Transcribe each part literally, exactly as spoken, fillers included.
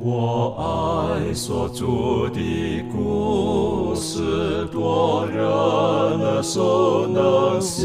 我爱所著的故事，多人耳熟能详，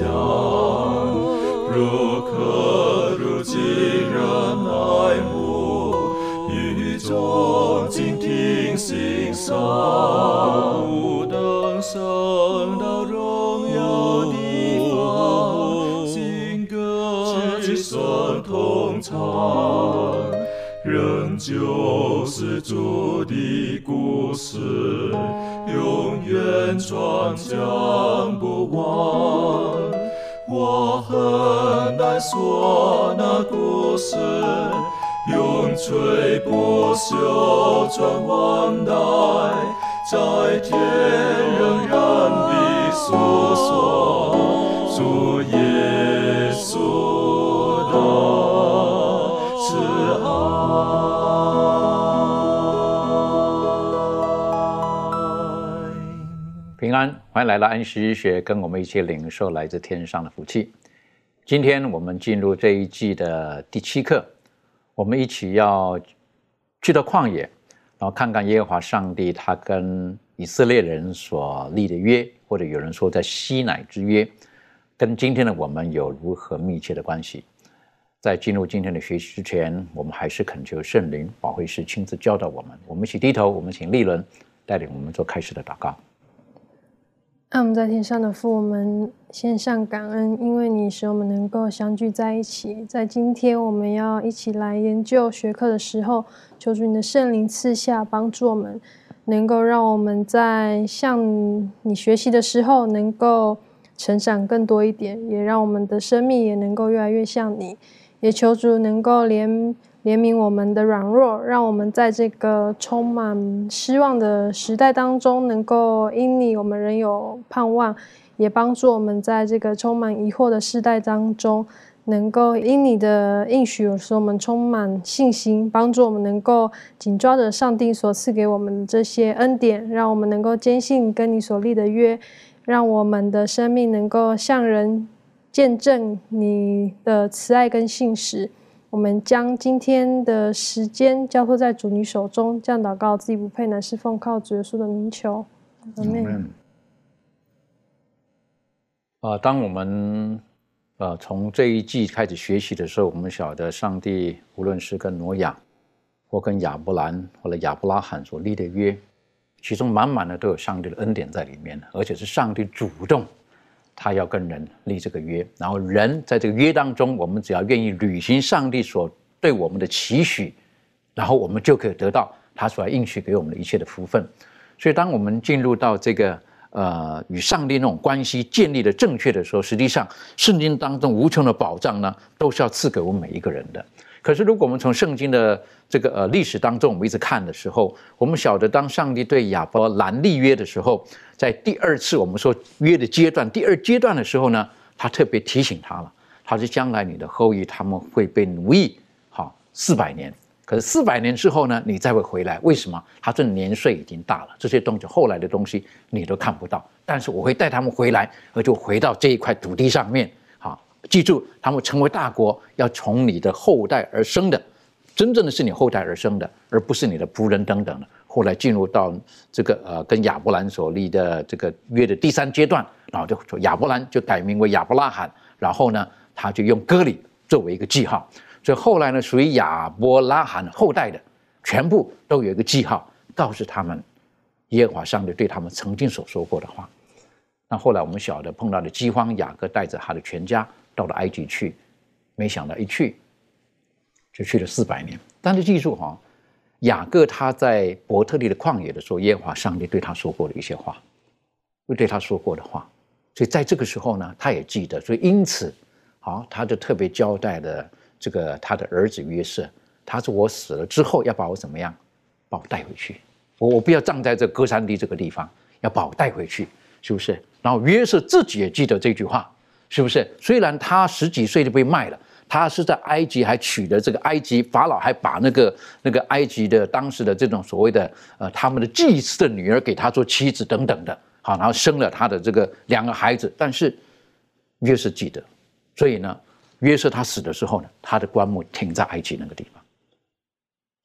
如可如今人爱慕，语中静听欣赏，不等升到荣耀地方，新歌之声同唱。仍旧是主的故事，永远传讲不完。我很难说那故事，永垂不朽传万代，在天仍然地诉说主耶稣的慈爱。 平安，欢迎来到安息日学，跟我们一起领受来自天上的福气。今天我们进入这一季的第七课，我们一起要去到旷野，然后看看耶和华上帝他跟以色列人所立的约，或者有人说在西乃之约，跟今天的我们有如何密切的关系。在进入今天的学习之前，我们还是恳求圣灵保惠师亲自教导我们。我们一起低头，我们请立伦带领我们做开始的祷告。 爱我们在天上的父，我们献上感恩，因为你使我们能够相聚在一起。在今天我们要一起来研究学课的时候，求主你的圣灵赐下，帮助我们，能够让我们在向你学习的时候能够成长更多一点，也让我们的生命也能够越来越像你。也求主能够怜怜悯我们的软弱，让我们在这个充满失望的时代当中，能够因你我们仍有盼望，也帮助我们在这个充满疑惑的时代当中，能够因你的应许使我们充满信心，帮助我们能够紧抓着上帝所赐给我们的这些恩典，让我们能够坚信跟你所立的约，让我们的生命能够向人见证你的慈爱跟信实。我们将今天的时间交托在主你手中，这样祷告自己不配，乃是奉靠主耶稣的名求。阿们。 呃，当我们呃从这一季开始学习的时候，我们晓得上帝无论是跟挪亚，或跟亚伯兰或者亚伯拉罕所立的约，其中满满的都有上帝的恩典在里面，而且是上帝主动他要跟人立这个约，然后人在这个约当中，我们只要愿意履行上帝所对我们的期许，然后我们就可以得到他所要应许给我们的一切的福分。所以当我们进入到这个呃与上帝那种关系建立的正确的时候，实际上圣经当中无穷的保障呢，都是要赐给我们每一个人的。可是如果我们从圣经的这个呃历史当中我们一直看的时候，我们晓得当上帝对亚伯兰立约的时候，在第二次我们说约的阶段，第二阶段的时候呢，他特别提醒他了，他是将来你的后裔他们会被奴役好四百年，可是四百年之后呢，你再会回来。为什么？他这年岁已经大了，这些东西后来的东西你都看不到，但是我会带他们回来，而就回到这一块土地上面。好，记住，他们成为大国，要从你的后代而生的，真正的是你后代而生的，而不是你的仆人等等的。后来进入到这个呃跟亚伯兰所立的这个约的第三阶段，然后就说亚伯兰就改名为亚伯拉罕，然后呢他就用割礼作为一个记号，所以后来呢属于亚伯拉罕后代的全部都有一个记号，告诉他们耶和华上帝对他们曾经所说过的话。那后来我们晓得碰到的饥荒，雅各带着他的全家到了埃及去，没想到一去就去了四百年。但是记住哈、哦，雅各他在伯特利的旷野的时候，耶和华上帝对他说过的一些话，会对他说过的话，所以在这个时候呢，他也记得，所以因此，好，他就特别交代了这个他的儿子约瑟，他说我死了之后要把我怎么样，把我带回去，我我不要葬在这歌珊地这个地方，要把我带回去，是不是？然后约瑟自己也记得这句话，是不是？虽然他十几岁就被卖了。他是在埃及还娶了这个埃及法老，还把那个那个埃及的当时的这种所谓的呃他们的祭司的女儿给他做妻子等等的，好，然后生了他的这个两个孩子。但是约瑟记得，所以呢，约瑟他死的时候呢，他的棺木停在埃及那个地方。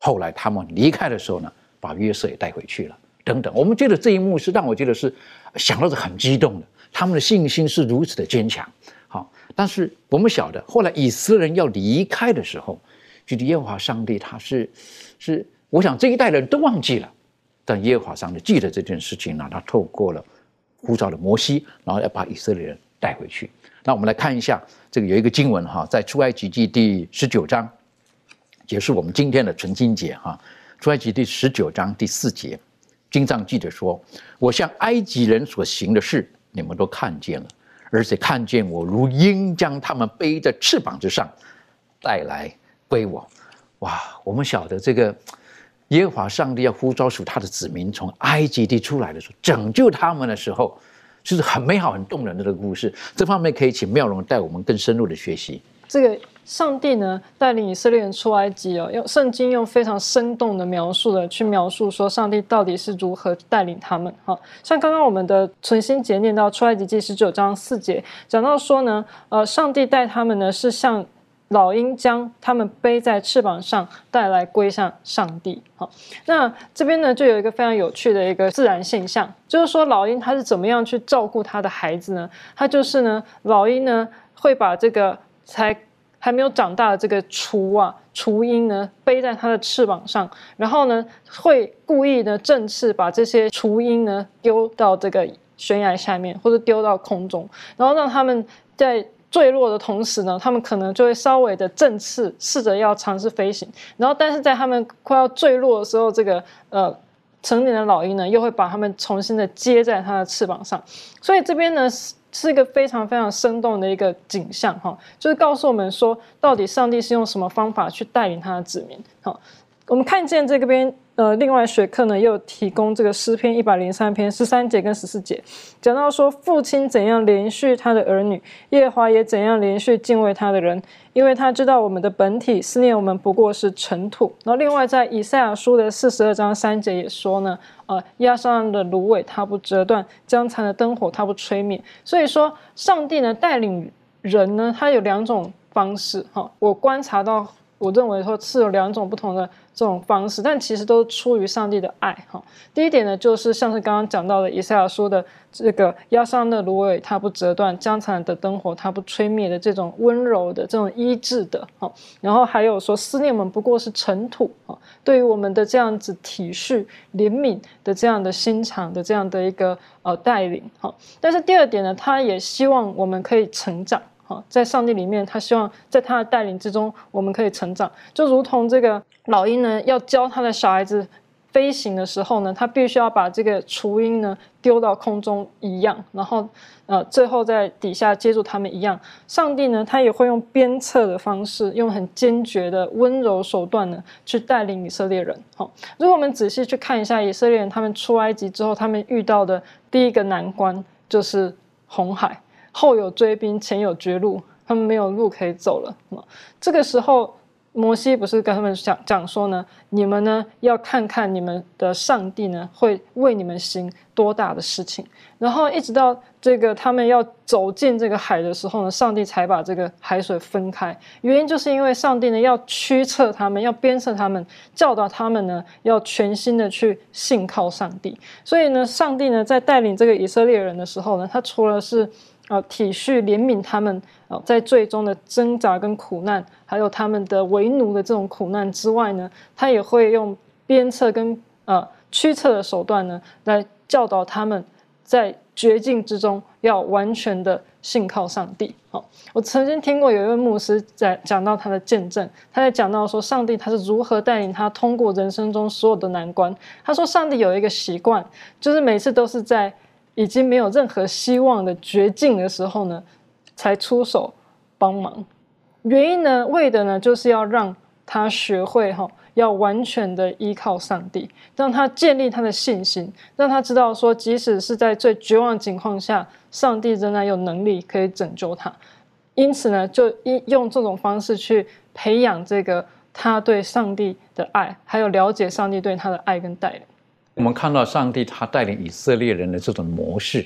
后来他们离开的时候呢，把约瑟也带回去了，等等。我们觉得这一幕是让我觉得是想到是很激动的，他们的信心是如此的坚强。好，但是我们晓得，后来以色列人要离开的时候，觉得耶和华上帝他是是，我想这一代人都忘记了，但耶和华上帝记得这件事情呢，他透过了呼召的摩西，然后要把以色列人带回去。那我们来看一下，这个有一个经文哈，在出埃及记第十九章，结束我们今天的纯经节哈。出埃及第十九章第四节，经上记着说：“我向埃及人所行的事，你们都看见了，而且看见我如鹰将他们背在翅膀之上，带来归我。”哇，我们晓得这个耶和华上帝要呼召属他的子民从埃及地出来的时候，拯救他们的时候，就是很美好、很动人的这个故事。这方面可以请妙容带我们更深入的学习。 这个上帝呢带领以色列人出埃及哦，用圣经用非常生动的描述的去描述说上帝到底是如何带领他们。好，像刚刚我们的存心节念到出埃及记十九章四节，讲到说呢，呃，上帝带他们呢是像老鹰将他们背在翅膀上，带来归向上帝。好，那这边呢就有一个非常有趣的一个自然现象，就是说老鹰它是怎么样去照顾它的孩子呢？它就是呢，老鹰呢会把这个才还没有长大的这个雏啊雏鹰呢背在它的翅膀上，然后呢会故意呢振翅把这些雏鹰呢丢到这个悬崖下面，或者丢到空中，然后让他们在坠落的同时呢，他们可能就会稍微的振翅，试着要尝试飞行。然后，但是在他们快要坠落的时候，这个呃成年的老鹰呢，又会把他们重新的接在它的翅膀上。所以这边呢是是一个非常非常生动的一个景象哈，就是告诉我们说，到底上帝是用什么方法去带领他的子民。好，我们看见这个边。呃，另外学课呢又提供这个诗篇一百零三篇十三节跟十四节，讲到说父亲怎样连续他的儿女，耶和华也怎样连续敬畏他的人，因为他知道我们的本体，思念我们不过是尘土。然后另外在以赛亚书的四十二章三节也说呢，呃，压伤的芦苇它不折断，将残的灯火它不吹灭。所以说上帝呢带领人呢，他有两种方式哈，我观察到。我认为说是有两种不同的这种方式，但其实都出于上帝的爱哈。第一点呢，就是像是刚刚讲到的以赛亚书的这个压伤的芦苇它不折断，将残的灯火它不吹灭的这种温柔的这种医治的哈。然后还有说思念我们不过是尘土哈，对于我们的这样子体恤怜悯的这样的心肠的这样的一个呃带领哈。但是第二点呢，他也希望我们可以成长。在上帝里面，他希望在他的带领之中，我们可以成长，就如同这个老鹰呢，要教他的小孩子飞行的时候呢，他必须要把这个雏鹰呢丢到空中一样，然后呃，最后在底下接住他们一样。上帝呢，他也会用鞭策的方式，用很坚决的温柔手段呢，去带领以色列人。好，如果我们仔细去看一下以色列人他们出埃及之后，他们遇到的第一个难关就是红海。后有追兵，前有绝路，他们没有路可以走了。这个时候，摩西不是跟他们讲讲说呢，你们呢要看看你们的上帝呢会为你们行多大的事情。然后一直到这个他们要走进这个海的时候呢，上帝才把这个海水分开。原因就是因为上帝呢要驱策他们，要鞭策他们，教导他们呢要全心的去信靠上帝。所以呢，上帝呢在带领这个以色列人的时候呢，他除了是呃，体恤怜悯他们、呃、在最终的挣扎跟苦难，还有他们的为奴的这种苦难之外呢，他也会用鞭策跟呃驱策的手段呢，来教导他们在绝境之中要完全的信靠上帝。好，我曾经听过有一位牧师在讲到他的见证，他在讲到说上帝他是如何带领他通过人生中所有的难关。他说上帝有一个习惯，就是每次都是在已经没有任何希望的绝境的时候呢，才出手帮忙。原因呢，为的呢，就是要让他学会哈，要完全的依靠上帝，让他建立他的信心，让他知道说，即使是在最绝望的情况下，上帝仍然有能力可以拯救他。因此呢，就用这种方式去培养这个他对上帝的爱，还有了解上帝对他的爱跟带领。 我们看到上帝他带领以色列人的这种模式，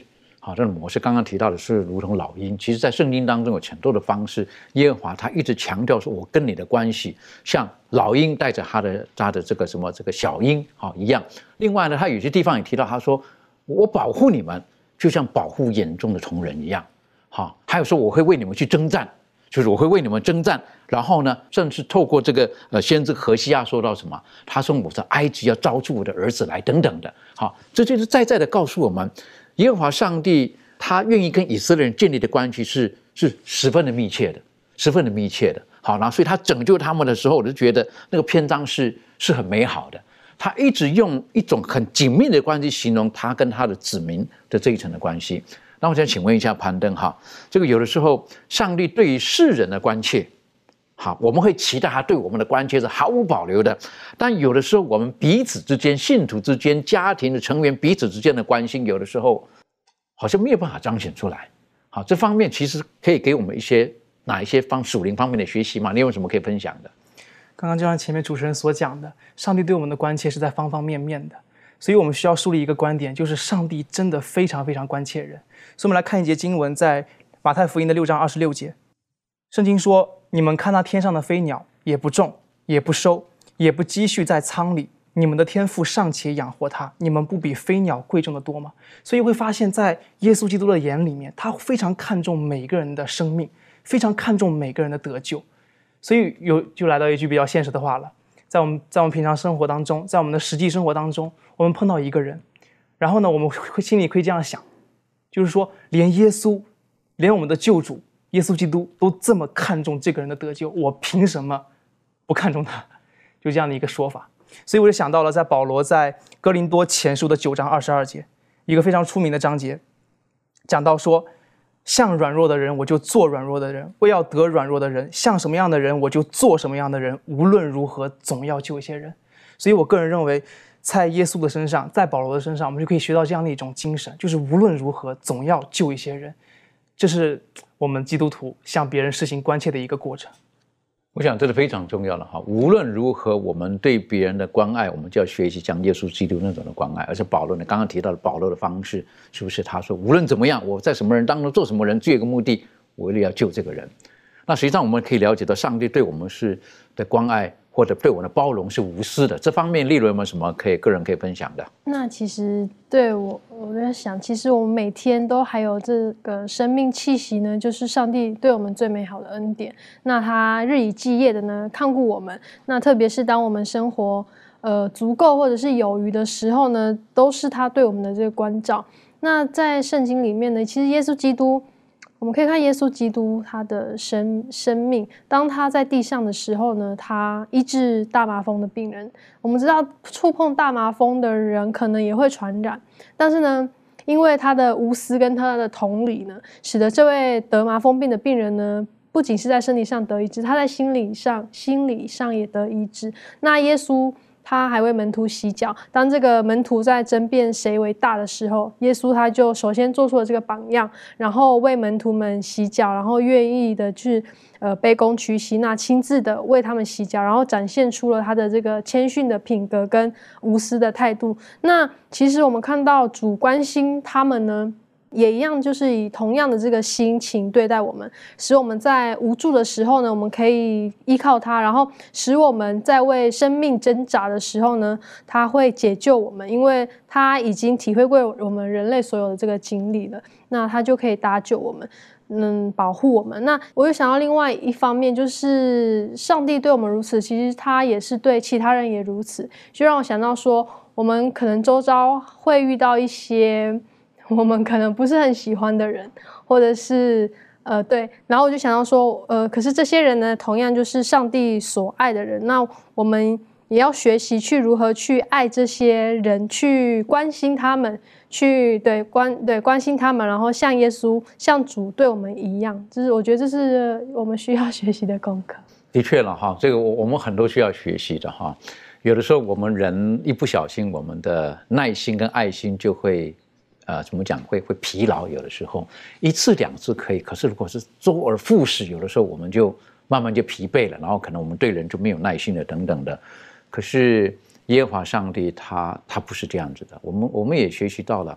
好，这种模式刚刚提到的是如同老鹰，其实在圣经当中有很多的方式，耶和华他一直强调说，我跟你的关系像老鹰带着他的他的这个什么这个小鹰好一样。另外呢，他有些地方也提到，他说我保护你们，就像保护眼中的瞳人一样。好，还有说我会为你们去征战，就是我会为你们征战。然后呢，甚至透过这个呃先知何西阿说到什么，他说我在埃及要招出我的儿子来等等的。好，这就是再再的告诉我们。耶和华上帝他愿意跟以色列人建立的关系是是十分的密切的，十分的密切的。好，然后所以他拯救他们的时候，我就觉得那个篇章是是很美好的。他一直用一种很紧密的关系形容他跟他的子民的这一层的关系。那我想请问一下攀登哈，这个有的时候上帝对于世人的关切，好，我们会期待他对我们的关切是毫无保留的，但有的时候我们彼此之间、信徒之间、家庭的成员彼此之间的关心，有的时候好像没有办法彰显出来。好，这方面其实可以给我们一些哪一些方属灵方面的学习吗？你有什么可以分享的？ 刚刚就像前面主持人所讲的，上帝对我们的关切是在方方面面的，所以我们需要树立一个观点，就是上帝真的非常非常关切人。所以我们来看一节经文，在马太福音的六章二十六节，圣经说，你们看那天上的飞鸟，也不种，也不收，也不积蓄在仓里，你们的天父尚且养活它，你们不比飞鸟贵重的多吗？所以会发现在耶稣基督的眼里面，他非常看重每个人的生命，非常看重每个人的得救。所以有就来到一句比较现实的话了，在我们在我们平常生活当中，在我们的实际生活当中，我们碰到一个人，然后呢，我们会心里会这样想，就是说连耶稣，连我们的救主耶稣基督都这么看重这个人的得救，我凭什么不看重他？就这样的一个说法。所以我就想到了在保罗在哥林多前书的九章二十二节，一个非常出名的章节，讲到说，像软弱的人我就做软弱的人，为要得软弱的人，像什么样的人我就做什么样的人，无论如何总要救一些人。所以我个人认为，在耶稣的身上，在保罗的身上，我们就可以学到这样的一种精神，就是无论如何总要救一些人。这是我们基督徒向别人施行关切的一个过程。 我想这是非常重要的哈。无论如何，我们对别人的关爱，我们就要学习像耶稣基督那种的关爱。而且保罗呢，刚刚提到的保罗的方式，是不是他说无论怎么样，我在什么人当中做什么人，只有一个目的，我为了要救这个人。那实际上我们可以了解到，上帝对我们是的关爱，或者对我们的包容是无私的。这方面利润有没有什么可以个人可以分享的？ 那其实对我，我在想，其实我们每天都还有这个生命气息呢，就是上帝对我们最美好的恩典。那他日以继夜的呢看顾我们。那特别是当我们生活呃足够或者是有余的时候呢，都是他对我们的这个关照。那在圣经里面呢，其实耶稣基督。我们可以看耶稣基督他的生生命，当他在地上的时候呢，他医治大麻风的病人。我们知道触碰大麻风的人可能也会传染，但是呢，因为他的无私跟他的同理呢，使得这位得麻风病的病人呢，不仅是在身体上得医治，他在心理上心理上也得医治。那耶稣他还为门徒洗脚，当这个门徒在争辩谁为大的时候，耶稣他就首先做出了这个榜样，然后为门徒们洗脚，然后愿意的去呃卑躬屈膝，那亲自的为他们洗脚，然后展现出了他的这个谦逊的品格跟无私的态度。那其实我们看到主关心他们呢，也一样，就是以同样的这个心情对待我们，使我们在无助的时候呢，我们可以依靠他，然后使我们在为生命挣扎的时候呢，他会解救我们，因为他已经体会过我们人类所有的这个经历了，那他就可以搭救我们，嗯，保护我们。那我又想到另外一方面，就是上帝对我们如此，其实他也是对其他人也如此，就让我想到说，我们可能周遭会遇到一些我们可能不是很喜欢的人，或者是呃对，然后我就想到说，呃，可是这些人呢，同样就是上帝所爱的人，那我们也要学习去如何去爱这些人，去关心他们，去对关对关心他们，然后像耶稣、像主对我们一样，就是我觉得这是我们需要学习的功课。 的确了哈，这个我我们很多需要学习的哈。有的时候我们人一不小心，我们的耐心跟爱心就会。呃，怎么讲会会疲劳？有的时候一次两次可以，可是如果是周而复始，有的时候我们就慢慢就疲惫了，然后可能我们对人就没有耐心了等等的。可是耶和华上帝他他不是这样子的，我们我们也学习到了，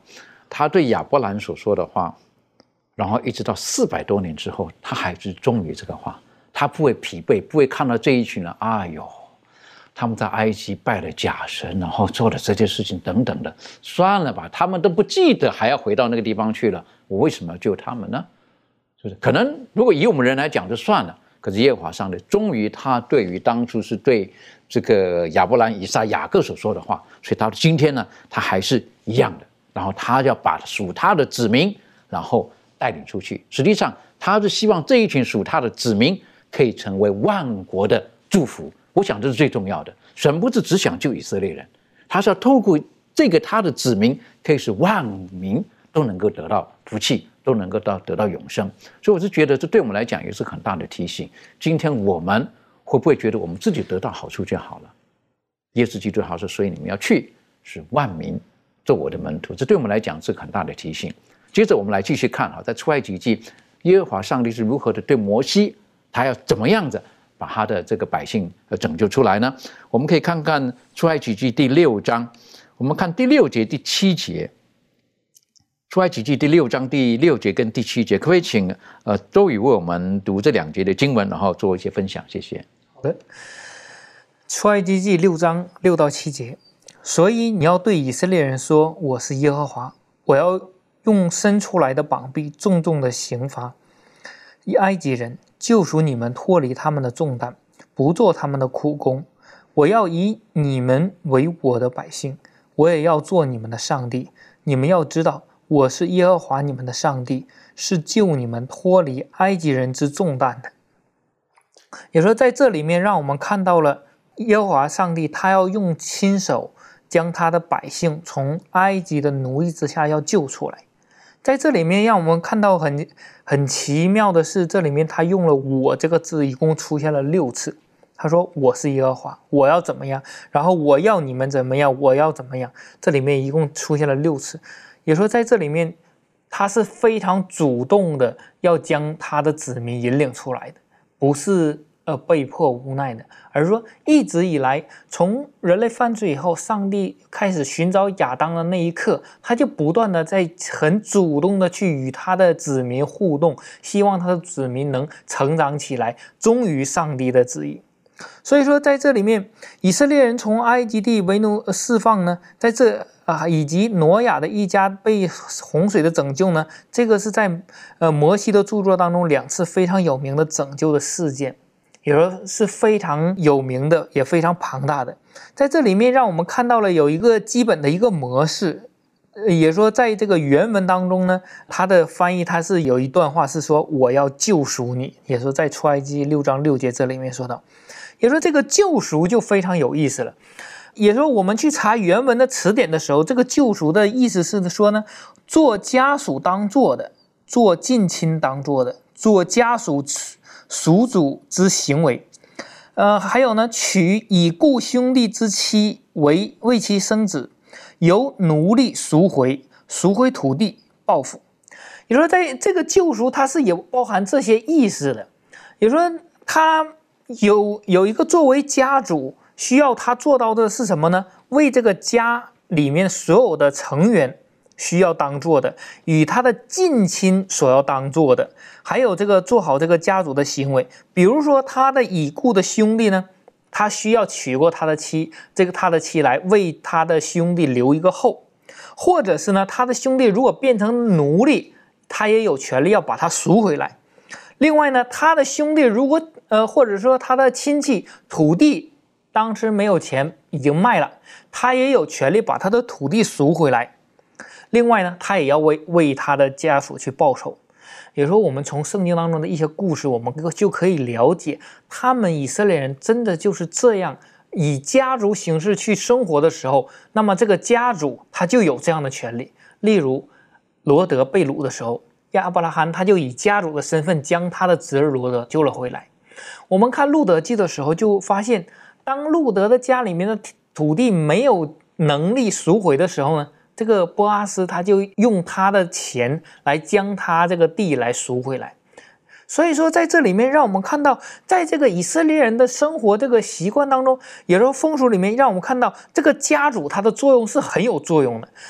他对亚伯兰所说的话，然后一直到四百多年之后，他还是忠于这个话，他不会疲惫，不会看到这一群人，哎呦，他们在埃及拜了假神，然后做了这件事情等等的，算了吧，他们都不记得，还要回到那个地方去了，我为什么要救他们呢？就是可能如果以我们人来讲就算了，可是耶和华上帝终于他对于当初是对这个亚伯兰、以撒、雅各所说的话，所以他今天呢，他还是一样的，然后他要把属他的子民，然后带领出去。实际上，他是希望这一群属他的子民可以成为万国的祝福。我想这是最重要的。神不是只想救以色列人，他是要透过这个他的子民，可以使万民都能够得到福气，都能够到得到永生。所以我是觉得这对我们来讲也是很大的提醒。今天我们会不会觉得我们自己得到好处就好了？耶稣基督好说，所以你们要去，使万民做我的门徒。这对我们来讲是很大的提醒。接着我们来继续看啊，在出埃及记，耶和华上帝是如何的对摩西，他要怎么样子把他的这个百姓拯救出来呢？我们可以看看出埃及记第六章，我们看第六节、第七节。出埃及记第六章第六节跟第七节，可不可以请呃周宇为我们读这两节的经文，然后做一些分享？谢谢。 好的，出埃及记六章六到七节，所以你要对以色列人说：“我是耶和华，我要用伸出来的膀臂重重的刑罚埃及人，救赎你们脱离他们的重担，不做他们的苦工。我要以你们为我的百姓，我也要做你们的上帝。你们要知道，我是耶和华你们的上帝，是救你们脱离埃及人之重担的。”也说在这里面让我们看到了耶和华上帝他要用亲手将他的百姓从埃及的奴役之下要救出来。在这里面让我们看到很很奇妙的是，这里面他用了我这个字一共出现了六次。他说我是耶和华，我要怎么样，然后我要你们怎么样，我要怎么样，这里面一共出现了六次。也说在这里面他是非常主动的要将他的子民引领出来的，不是呃被迫无奈的，而是说一直以来从人类犯罪以后，上帝开始寻找亚当的那一刻，他就不断的在很主动的去与他的子民互动，希望他的子民能成长起来，忠于上帝的旨意。所以说在这里面，以色列人从埃及地为奴释放呢，在这啊以及挪亚的一家被洪水的拯救呢，这个是在呃摩西的著作当中两次非常有名的拯救的事件，也说是非常有名的，也非常庞大的。在这里面让我们看到了有一个基本的一个模式，也说在这个原文当中呢，它的翻译它是有一段话是说我要救赎你，也说在出埃及六章六节这里面说到，也说这个救赎就非常有意思了。也说我们去查原文的词典的时候，这个救赎的意思是说呢，做家属当做的，做近亲当做的，做家属属主之行为。呃，还有呢，娶已故兄弟之妻为为其生子，由奴隶赎回，赎回土地，报复。也说在这个救赎它是有包含这些意思的。也说他有有一个作为家主需要他做到的是什么呢？为这个家里面所有的成员需要当做的，与他的近亲所要当做的，还有这个做好这个家主的行为。比如说他的已故的兄弟呢，他需要娶过他的妻，这个他的妻来为他的兄弟留一个后，或者是呢他的兄弟如果变成奴隶，他也有权利要把他赎回来。另外呢，他的兄弟如果呃或者说他的亲戚土地当时没有钱已经卖了，他也有权利把他的土地赎回来。另外呢，他也要为为他的家属去报仇。也就是说我们从圣经当中的一些故事，我们就可以了解他们以色列人真的就是这样以家族形式去生活的时候，那么这个家主他就有这样的权利。例如罗德被掳的时候，亚伯拉罕他就以家主的身份将他的侄儿罗德救了回来。我们看路德记的时候就发现，当路德的家里面的土地没有能力赎回的时候呢，这个波阿斯他就用他的钱来将他这个地来赎回来。所以说在这里面让我们看到，在这个以色列人的生活这个习惯当中，也就是风俗里面让我们看到这个家主他的作用是很有作用的。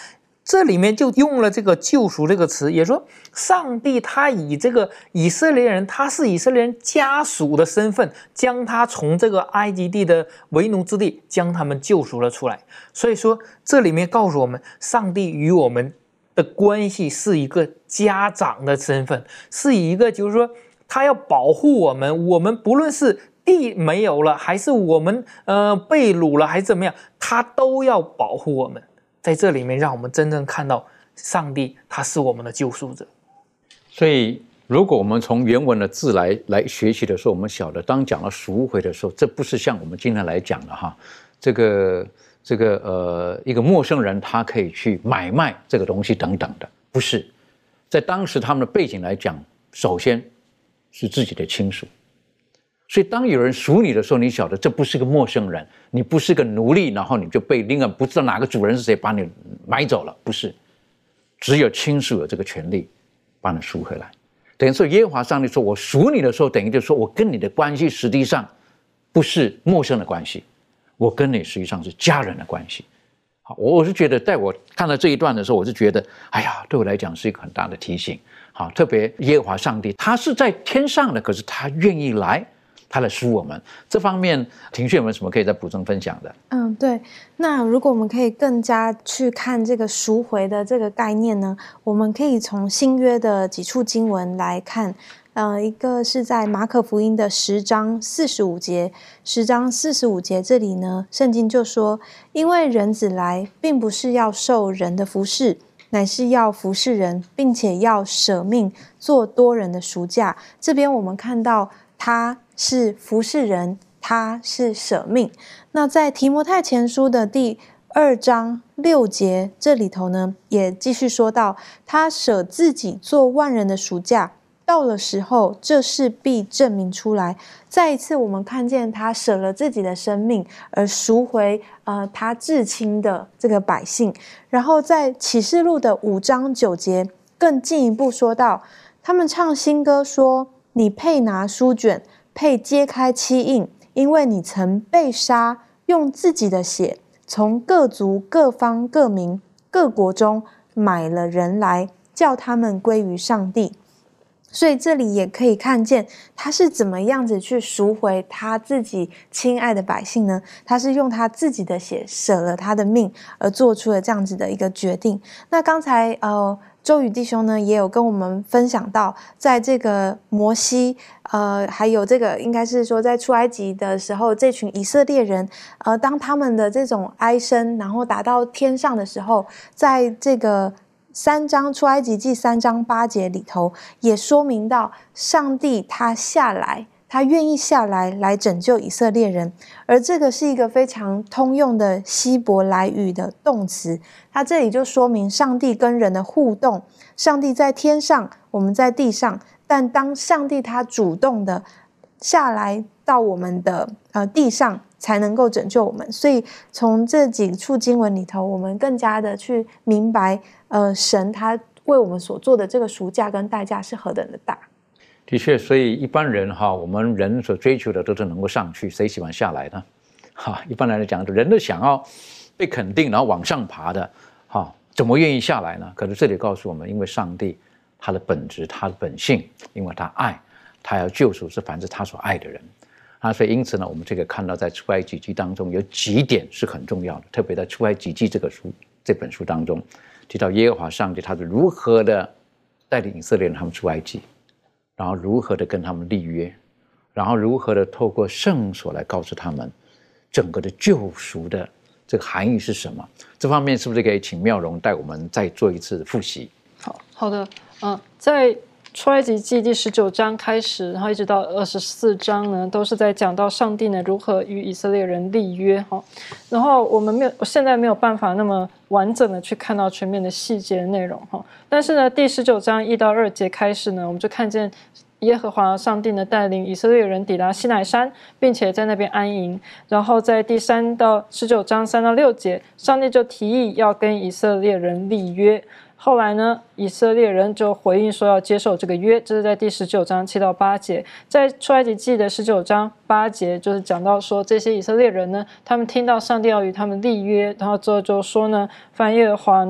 这里面就用了这个救赎这个词，也说上帝他以这个以色列人，他是以色列人家属的身份，将他从这个埃及地的为奴之地将他们救赎了出来。所以说这里面告诉我们，上帝与我们的关系是一个家长的身份，是以一个就是说他要保护我们，我们不论是地没有了，还是我们呃被掳了，还是怎么样，他都要保护我们。在这里面让我们真正看到上帝他是我们的救赎者。 所以如果我们从原文的字来来学习的时候，我们晓得当讲到赎回的时候，这不是像我们今天来讲的哈，这个这个呃一个陌生人他可以去买卖这个东西等等的，不是。在当时他们的背景来讲，首先是自己的亲属。所以当有人赎你的时候，你晓得这不是个陌生人，你不是个奴隶，然后你就被另外不知道哪个主人是谁把你买走了，不是。只有亲属有这个权利把你赎回来。等于说耶和华上帝说我赎你的时候，等于就是说我跟你的关系实际上不是陌生的关系，我跟你实际上是家人的关系。好，我是觉得在我看到这一段的时候，我是觉得哎呀，对我来讲是一个很大的提醒。好，特别耶和华上帝他是在天上的，可是他愿意来他来赎我们。这方面庭旭有没有什么可以再补充分享的？ 嗯，对。那如果我们可以更加去看这个赎回的这个概念呢，我们可以从新约的几处经文来看。呃，一个是在马可福音的十章四十五节，十章四十五节这里呢，圣经就说，因为人子来，并不是要受人的服事，乃是要服侍人，并且要舍命做多人的赎价。这边我们看到他是服侍人，他是舍命。那在提摩太前书的第二章六节这里头呢，也继续说到，他舍自己做万人的赎价，到了时候，这事必证明出来。再一次，我们看见他舍了自己的生命，而赎回呃他至亲的这个百姓。然后在启示录的五章九节，更进一步说到，他们唱新歌说：“你配拿书卷，配揭开七印，因为你曾被杀，用自己的血，从各族、各方、各民、各国中买了人来，叫他们归于上帝。”所以这里也可以看见他是怎么样子去赎回他自己亲爱的百姓呢？他是用他自己的血舍了他的命，而做出了这样子的一个决定。那刚才呃周宇弟兄呢也有跟我们分享到，在这个摩西呃还有这个应该是说在出埃及的时候，这群以色列人呃当他们的这种哀声然后达到天上的时候，在这个三章出埃及记三章八节里头也说明到，上帝他下来，他愿意下来来拯救以色列人。而这个是一个非常通用的希伯来语的动词，它这里就说明上帝跟人的互动，上帝在天上，我们在地上，但当上帝他主动的下来到我们的呃地上，才能够拯救我们。所以从这几处经文里头，我们更加的去明白呃，神他为我们所做的这个赎价跟代价是何等的大。 的确，所以一般人哈，我们人所追求的都是能够上去，谁喜欢下来呢？哈，一般来讲，人都想要被肯定，然后往上爬的，哈，怎么愿意下来呢？可是这里告诉我们，因为上帝他的本质，他的本性，因为他爱，他要救赎是凡是他所爱的人。啊，所以因此呢，我们这个看到在出埃及记当中有几点是很重要的，特别在出埃及记这个书这本书当中。提到耶和华上帝他是如何的带领以色列人他们出埃及，然后如何的跟他们立约，然后如何的透过圣所来告诉他们整个的救赎的这个含义是什么。这方面是不是可以请妙容带我们再做一次复习？ 好好的，嗯、呃，在出埃及记第十九章开始，然后一直到二十四章呢，都是在讲到上帝呢如何与以色列人立约哈。然后我们没有，我现在没有办法那么完整的去看到全面的细节的内容哈。但是呢，第十九章一到二节开始呢，我们就看见耶和华上帝呢带领以色列人抵达西乃山，并且在那边安营。然后在第三到十九章三到六节，上帝就提议要跟以色列人立约。后来呢，以色列人就回应说要接受这个约，这是在第十九章七到八节。在出埃及记的十九章八节，就是讲到说这些以色列人呢，他们听到上帝要与他们立约，然后之后就说呢，凡耶和华呢，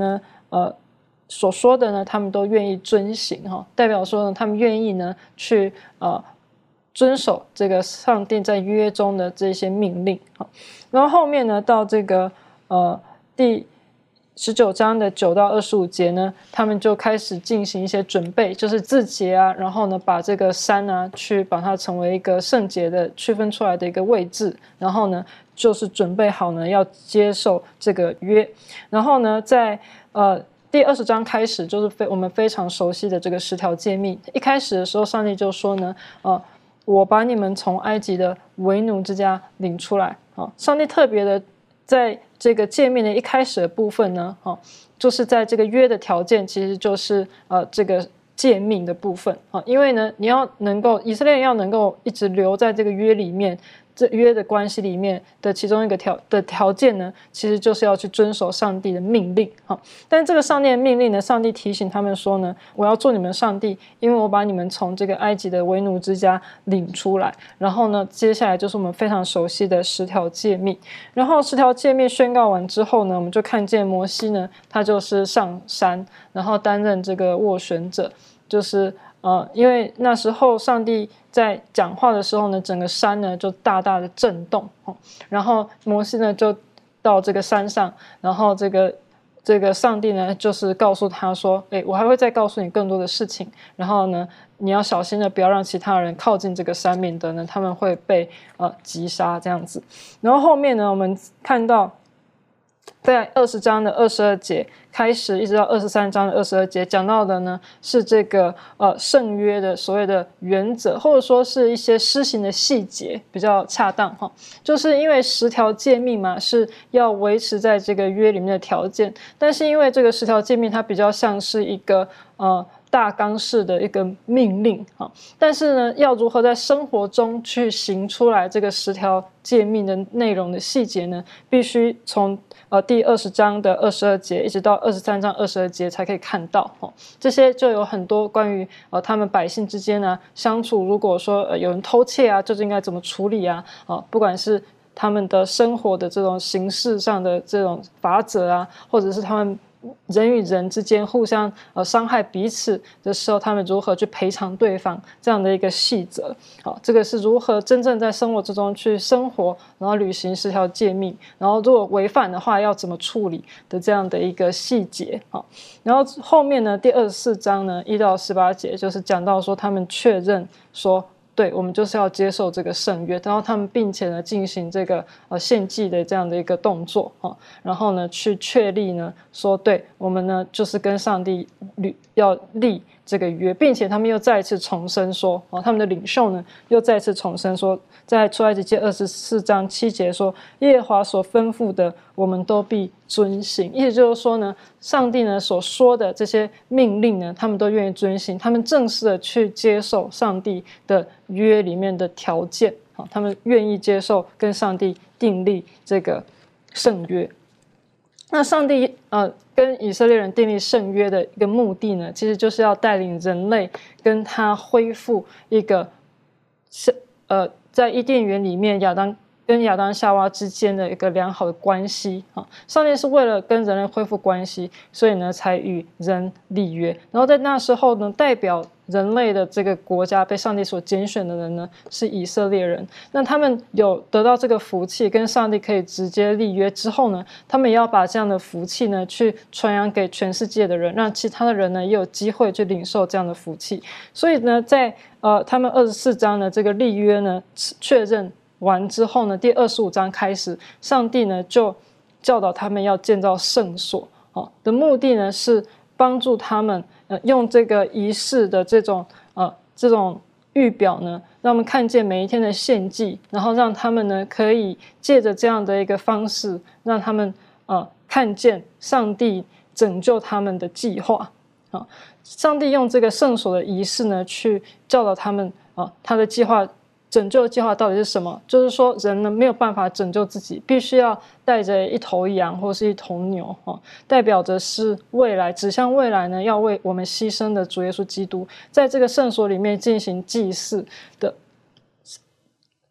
呃所说的呢，他们都愿意遵行哈，代表说呢，他们愿意呢去呃遵守这个上帝在约中的这些命令哈。然后后面呢，到这个呃第十九章的九到二十五节呢，他们就开始进行一些准备，就是自洁啊，然后呢，把这个山啊，去把它成为一个圣洁的区分出来的一个位置，然后呢，就是准备好呢要接受这个约，然后呢，在呃第二十章开始，就是非我们非常熟悉的这个十条诫命。一开始的时候，上帝就说呢，呃，我把你们从埃及的为奴之家领出来。啊，上帝特别的在这个诫命的一开始的部分呢，哦，就是在这个约的条件，其实就是呃这个诫命的部分啊，因为呢，你要能够以色列人要能够一直留在这个约里面，这约的关系里面的其中一个条的条件呢，其实就是要去遵守上帝的命令啊。但这个上帝的命令呢，上帝提醒他们说呢，我要做你们上帝，因为我把你们从这个埃及的为奴之家领出来。然后呢，接下来就是我们非常熟悉的十条诫命。然后十条诫命宣告完之后呢，我们就看见摩西呢，他就是上山，然后担任这个斡旋者，就是呃，因为那时候上帝在讲话的时候呢，整个山呢就大大的震动，哦，然后摩西呢就到这个山上，然后这个这个上帝呢就是告诉他说，诶，我还会再告诉你更多的事情，然后呢你要小心的不要让其他人靠近这个山，免得呢他们会被呃击杀这样子。然后后面呢我们看到在二十章的二十二节开始，一直到二十三章的二十二节，讲到的呢是这个呃圣约的所谓的原则，或者说是一些施行的细节比较恰当哈。就是因为十条诫命嘛，是要维持在这个约里面的条件，但是因为这个十条诫命它比较像是一个呃大纲式的一个命令啊，但是呢，要如何在生活中去行出来这个十条诫命的内容的细节呢？必须从呃第二十章的二十二节一直到二十三章二十二节才可以看到哦。这些就有很多关于呃他们百姓之间呢相处，如果说呃有人偷窃啊，究竟应该怎么处理啊？啊，不管是他们的生活的这种形式上的这种法则啊，或者是他们人与人之间互相呃伤害彼此的时候，他们如何去赔偿对方这样的一个细则。好，这个是如何真正在生活之中去生活，然后履行十条诫命，然后如果违反的话要怎么处理的这样的一个细节。好，然后后面呢，第二十四章呢一到十八节就是讲到说他们确认说，对，我们就是要接受这个圣约，然后他们并且呢进行这个呃献祭的这样的一个动作啊，然后呢去确立呢说，对我们呢就是跟上帝立要立这个约，并且他们又再一次重申说，哦，他们的领袖呢又再次重申说，在出埃及记二十四章七节说，耶和华所吩咐的，我们都必遵行。意思就是说呢，上帝呢所说的这些命令呢，他们都愿意遵行，他们正式的去接受上帝的约里面的条件，好，他们愿意接受跟上帝订立这个圣约。那上帝呃跟以色列人订立圣约的一个目的呢，其实就是要带领人类跟他恢复一个呃在伊甸园里面亚当跟亚当夏娃之间的一个良好的关系啊。上帝是为了跟人类恢复关系，所以呢才与人立约。然后在那时候呢，代表人类的这个国家被上帝所拣选的人呢是以色列人。那他们有得到这个福气，跟上帝可以直接立约之后呢，他们也要把这样的福气呢去传扬给全世界的人，让其他的人呢也有机会去领受这样的福气。所以呢，在呃他们二十四章的这个立约呢确认完之后呢，第二十五章开始，上帝呢就教导他们要建造圣所，哦，的目的呢是帮助他们呃用这个仪式的这种呃这种预表呢，让我们看见每一天的献祭，然后让他们呢可以借着这样的一个方式，让他们呃看见上帝拯救他们的计划啊。上帝用这个圣所的仪式呢，去教导他们啊，他的计划。拯救的计划到底是什么？就是说人呢没有办法拯救自己，必须要带着一头羊或是一头牛，哦，代表着是未来，指向未来呢要为我们牺牲的主耶稣基督，在这个圣所里面进行祭祀的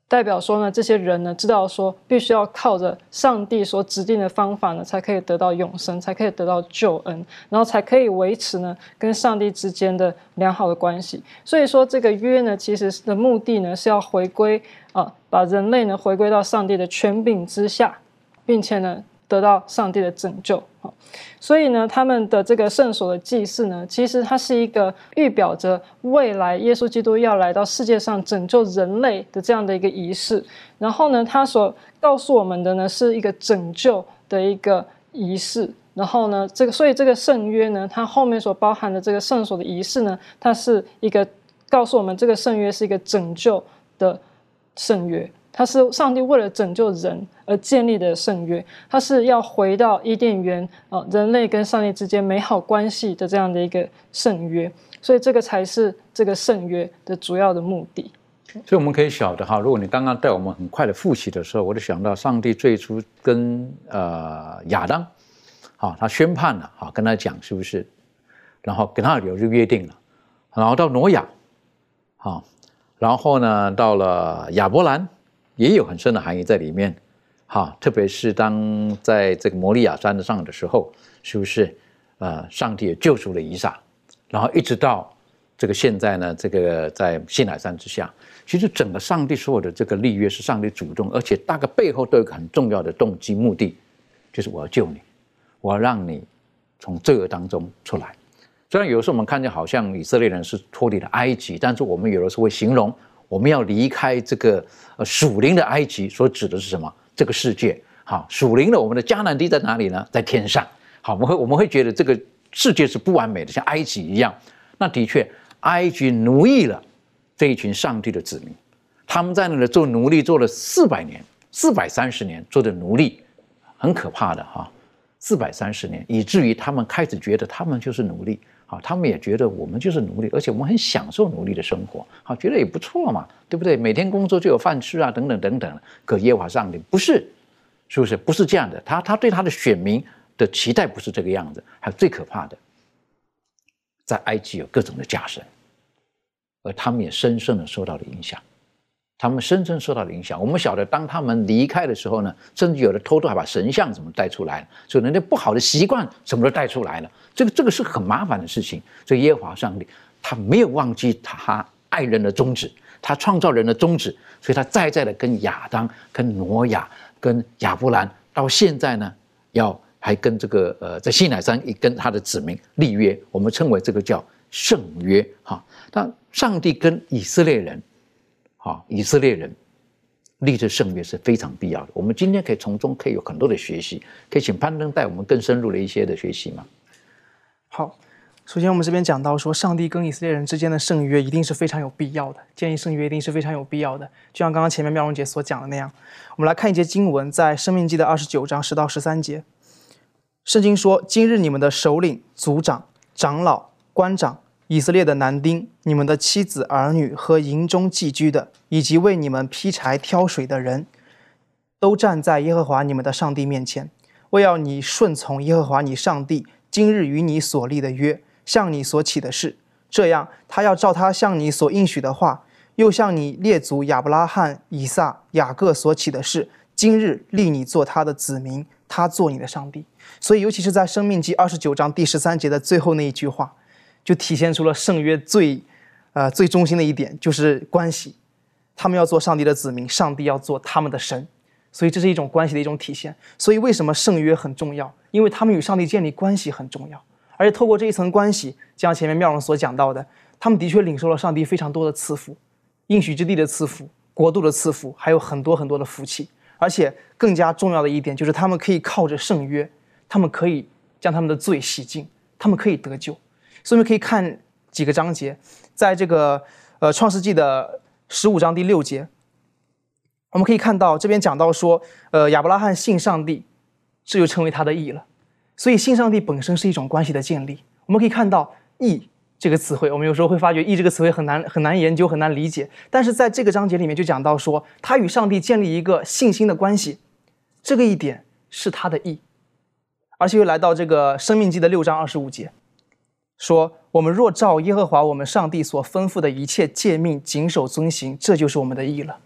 代表说呢，这些人呢知道说，必须要靠着上帝所指定的方法呢，才可以得到永生，才可以得到救恩，然后才可以维持呢跟上帝之间的良好的关系。所以说，这个约呢，其实的目的呢是要回归啊，把人类呢回归到上帝的权柄之下，并且呢得到上帝的拯救。所以呢，他们的这个圣所的祭祀呢，其实它是一个预表着未来耶稣基督要来到世界上拯救人类的这样的一个仪式。然后呢，他所告诉我们的呢，是一个拯救的一个仪式。然后呢，这个所以这个圣约呢，它后面所包含的这个圣所的仪式呢，它是一个告诉我们这个圣约是一个拯救的圣约。它是上帝为了拯救人而建立的圣约，它是要回到伊甸园、呃、人类跟上帝之间美好关系的这样的一个圣约，所以这个才是这个圣约的主要的目的。 所以我们可以晓得哈，如果你刚刚带我们很快的复习的时候，我就想到上帝最初跟呃亚当，好，他宣判了，好，跟他讲是不是，然后跟他有就约定了，然后到挪亚，好，然后呢到了亚伯兰。也有很深的含义在里面，哈，特别是当在这个摩利亚山上的时候，是不是？呃，上帝也救赎了以撒，然后一直到这个现在呢，这个在西乃山之下，其实整个上帝所有的这个立约是上帝主动，而且大概背后都有一个很重要的动机目的，就是我要救你，我要让你从罪恶当中出来。虽然有的时候我们看见好像以色列人是脱离了埃及，但是我们有的时候会形容。我们要离开这个呃属灵的埃及，所指的是什么？这个世界。好，属灵的我们的迦南地在哪里呢？在天上。好，我们会我们会觉得这个世界是不完美的，像埃及一样。那的确，埃及奴役了这一群上帝的子民，他们在那里做奴隶，做了四百年，四百三十年做的奴隶，很可怕的哈。四百三十年，以至于他们开始觉得他们就是奴隶。好，他们也觉得我们就是奴隶，而且我们很享受奴隶的生活，好，觉得也不错嘛，对不对？每天工作就有饭吃啊，等等等等。可耶和华上帝不是，是不是？不是这样的。他他对他的选民的期待不是这个样子。还有最可怕的，在埃及有各种的假神，而他们也深深的受到了影响。他们深深受到了影响。我们晓得，当他们离开的时候呢，甚至有的偷偷还把神像什么带出来了，所以人家不好的习惯什么都带出来了。这个这个是很麻烦的事情。所以耶和华上帝他没有忘记他爱人的宗旨，他创造人的宗旨，所以他再再的跟亚当、跟挪亚、跟亚伯兰，到现在呢，要还跟这个呃在西乃山也跟他的子民立约，我们称为这个叫圣约哈。那上帝跟以色列人。好，以色列人立这圣约是非常必要的。我们今天可以从中可以有很多的学习，可以请攀登带我们更深入的一些的学习吗？ 好，首先我们这边讲到说，上帝跟以色列人之间的圣约一定是非常有必要的，建立圣约一定是非常有必要的。就像刚刚前面妙容姐所讲的那样，我们来看一节经文，在申命记的二十九章十到十三节，圣经说：“今日你们的首领、族长、长老、官长。”以色列的男丁，你们的妻子儿女和营中寄居的，以及为你们劈柴挑水的人，都站在耶和华你们的上帝面前，为要你顺从耶和华你上帝今日与你所立的约，向你所起的事。这样，他要照他向你所应许的话，又向你列祖亚伯拉罕、以撒、雅各所起的事，今日立你做他的子民，他做你的上帝。所以，尤其是在申命记二十九章第十三节的最后那一句话。就体现出了圣约最，呃最中心的一点，就是关系。他们要做上帝的子民，上帝要做他们的神，所以这是一种关系的一种体现。所以为什么圣约很重要？因为他们与上帝建立关系很重要，而且透过这一层关系，就像前面妙容所讲到的，他们的确领受了上帝非常多的赐福，应许之地的赐福、国度的赐福，还有很多很多的福气。而且更加重要的一点就是，他们可以靠着圣约，他们可以将他们的罪洗净，他们可以得救。所以我们可以看几个章节，在这个呃创世纪的十五章第六节，我们可以看到这边讲到说，呃亚伯拉罕信上帝，这就成为他的义了。所以信上帝本身是一种关系的建立。我们可以看到义这个词汇，我们有时候会发觉义这个词汇很难很难研究，很难理解。但是在这个章节里面就讲到说，他与上帝建立一个信心的关系，这个一点是他的义。而且又来到这个申命记的六章二十五节。说我们若照耶和华我们上帝所吩咐的一切诫命谨守遵行，这就是我们的义了。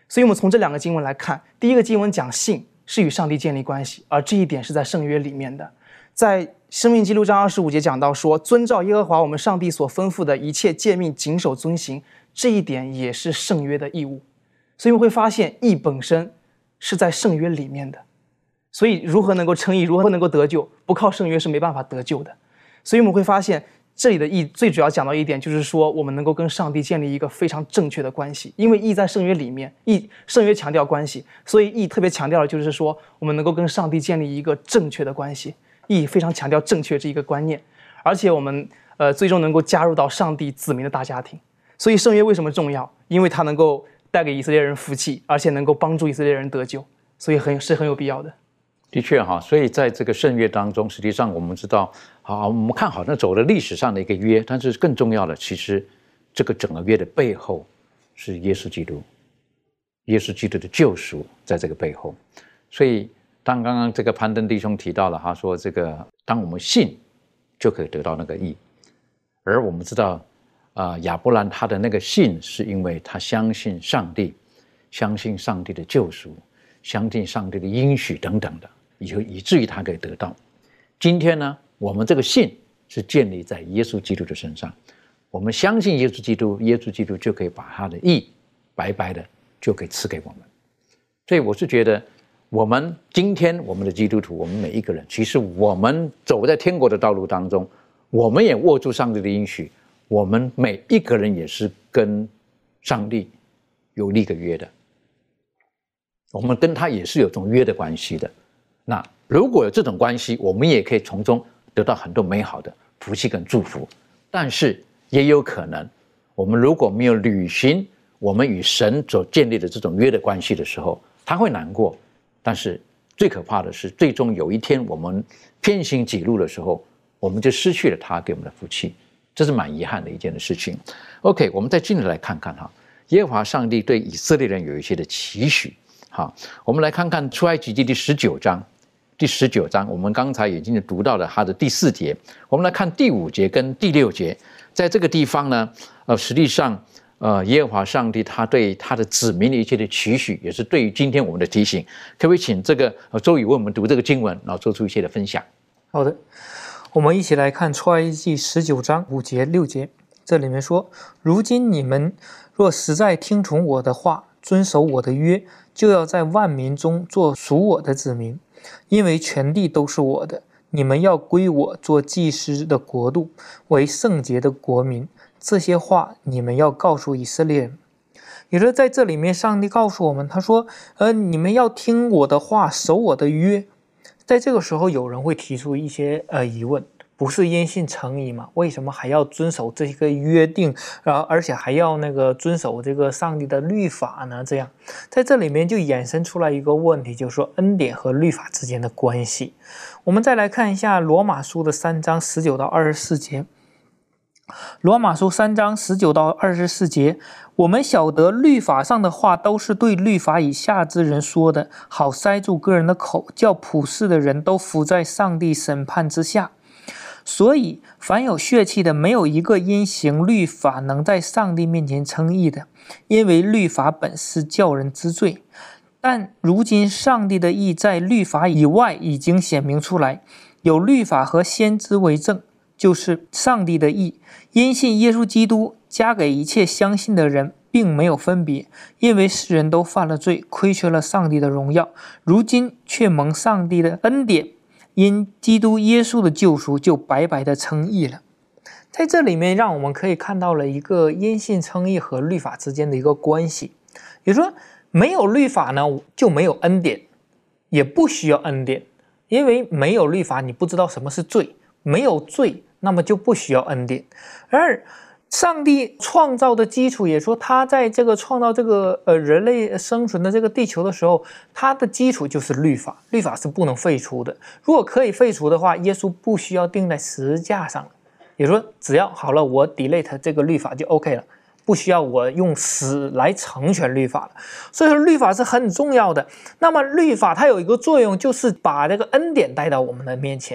所以我们从这两个经文来看，第一个经文讲信是与上帝建立关系，而这一点是在圣约里面的。在申命记六章二十五节讲到说，遵照耶和华我们上帝所吩咐的一切诫命谨守遵行，这一点也是圣约的义务。所以我们会发现义本身是在圣约里面的，所以如何能够称义，如何能够得救，不靠圣约是没办法得救的。所以我们会发现这里的义最主要讲到一点，就是说我们能够跟上帝建立一个非常正确的关系。因为义在圣约里面，义圣约强调关系，所以义特别强调的就是说我们能够跟上帝建立一个正确的关系。义非常强调正确这一个观念，而且我们呃最终能够加入到上帝子民的大家庭。所以圣约为什么重要？因为它能够带给以色列人福气，而且能够帮助以色列人得救，所以很是很有必要的。 的确哈，所以在这个圣约当中，实际上我们知道，好，我们看好像走了历史上的一个约，但是更重要的，其实这个整个约的背后是耶稣基督，耶稣基督的救赎在这个背后。所以当刚刚这个攀登弟兄提到了，他说这个当我们信就可以得到那个义，而我们知道啊、呃，亚伯兰他的那个信是因为他相信上帝，相信上帝的救赎，相信上帝的应许等等的，以后以至于他可以得到。今天呢，我们这个信是建立在耶稣基督的身上，我们相信耶稣基督，耶稣基督就可以把他的义白白的就可以赐给我们。所以我是觉得我们今天我们的基督徒，我们每一个人，其实我们走在天国的道路当中，我们也握住上帝的应许，我们每一个人也是跟上帝有立个约的，我们跟他也是有这种约的关系的。那如果有这种关系，我们也可以从中得到很多美好的福气跟祝福。但是也有可能，我们如果没有履行我们与神所建立的这种约的关系的时候，他会难过。但是最可怕的是，最终有一天我们偏行己路的时候，我们就失去了他给我们的福气，这是蛮遗憾的一件的事情。OK， 我们再进来来看看哈，耶和华上帝对以色列人有一些的期许。好，我们来看看出埃及记第十九章，第十九章我们刚才已经读到了它的第四节，我们来看第五节跟第六节。在这个地方呢，呃，实际上。呃，耶和华上帝他对他的子民的一切的期许，也是对于今天我们的提醒。可不可以请这个呃周宇为我们读这个经文，然后做出一些的分享？ 好的，我们一起来看出埃及记十九章五节六节，这里面说：如今你们若实在听从我的话，遵守我的约，就要在万民中做属我的子民，因为全地都是我的，你们要归我做祭司的国度，为圣洁的国民。这些话你们要告诉以色列人。也就是在这里面，上帝告诉我们，他说呃，你们要听我的话，守我的约。在这个时候，有人会提出一些呃疑问，不是因信称义吗？为什么还要遵守这个约定，然后而且还要那个遵守这个上帝的律法呢？这样在这里面就衍生出来一个问题，就是说恩典和律法之间的关系。我们再来看一下罗马书的三章十九到二十四节。罗马书三章十九到二十四节，我们晓得律法上的话都是对律法以下之人说的，好塞住个人的口，叫普世的人都服在上帝审判之下。所以凡有血气的，没有一个因行律法能在上帝面前称义的，因为律法本是叫人知罪。但如今上帝的义在律法以外已经显明出来，有律法和先知为证，就是上帝的义，因信耶稣基督加给一切相信的人，并没有分别，因为世人都犯了罪，亏缺了上帝的荣耀，如今却蒙上帝的恩典，因基督耶稣的救赎，就白白的称义了。在这里面，让我们可以看到了一个因信称义和律法之间的一个关系。也就是说，没有律法呢，就没有恩典，也不需要恩典，因为没有律法，你不知道什么是罪。没有罪，那么就不需要恩典。而上帝创造的基础，也说他在这个创造这个呃人类生存的这个地球的时候，他的基础就是律法，律法是不能废除的。如果可以废除的话，耶稣不需要钉在十字架上了。也说只要好了，我 delete 这个律法就 OK 了，不需要我用死来成全律法了。所以说律法是很重要的。那么律法它有一个作用，就是把这个恩典带到我们的面前。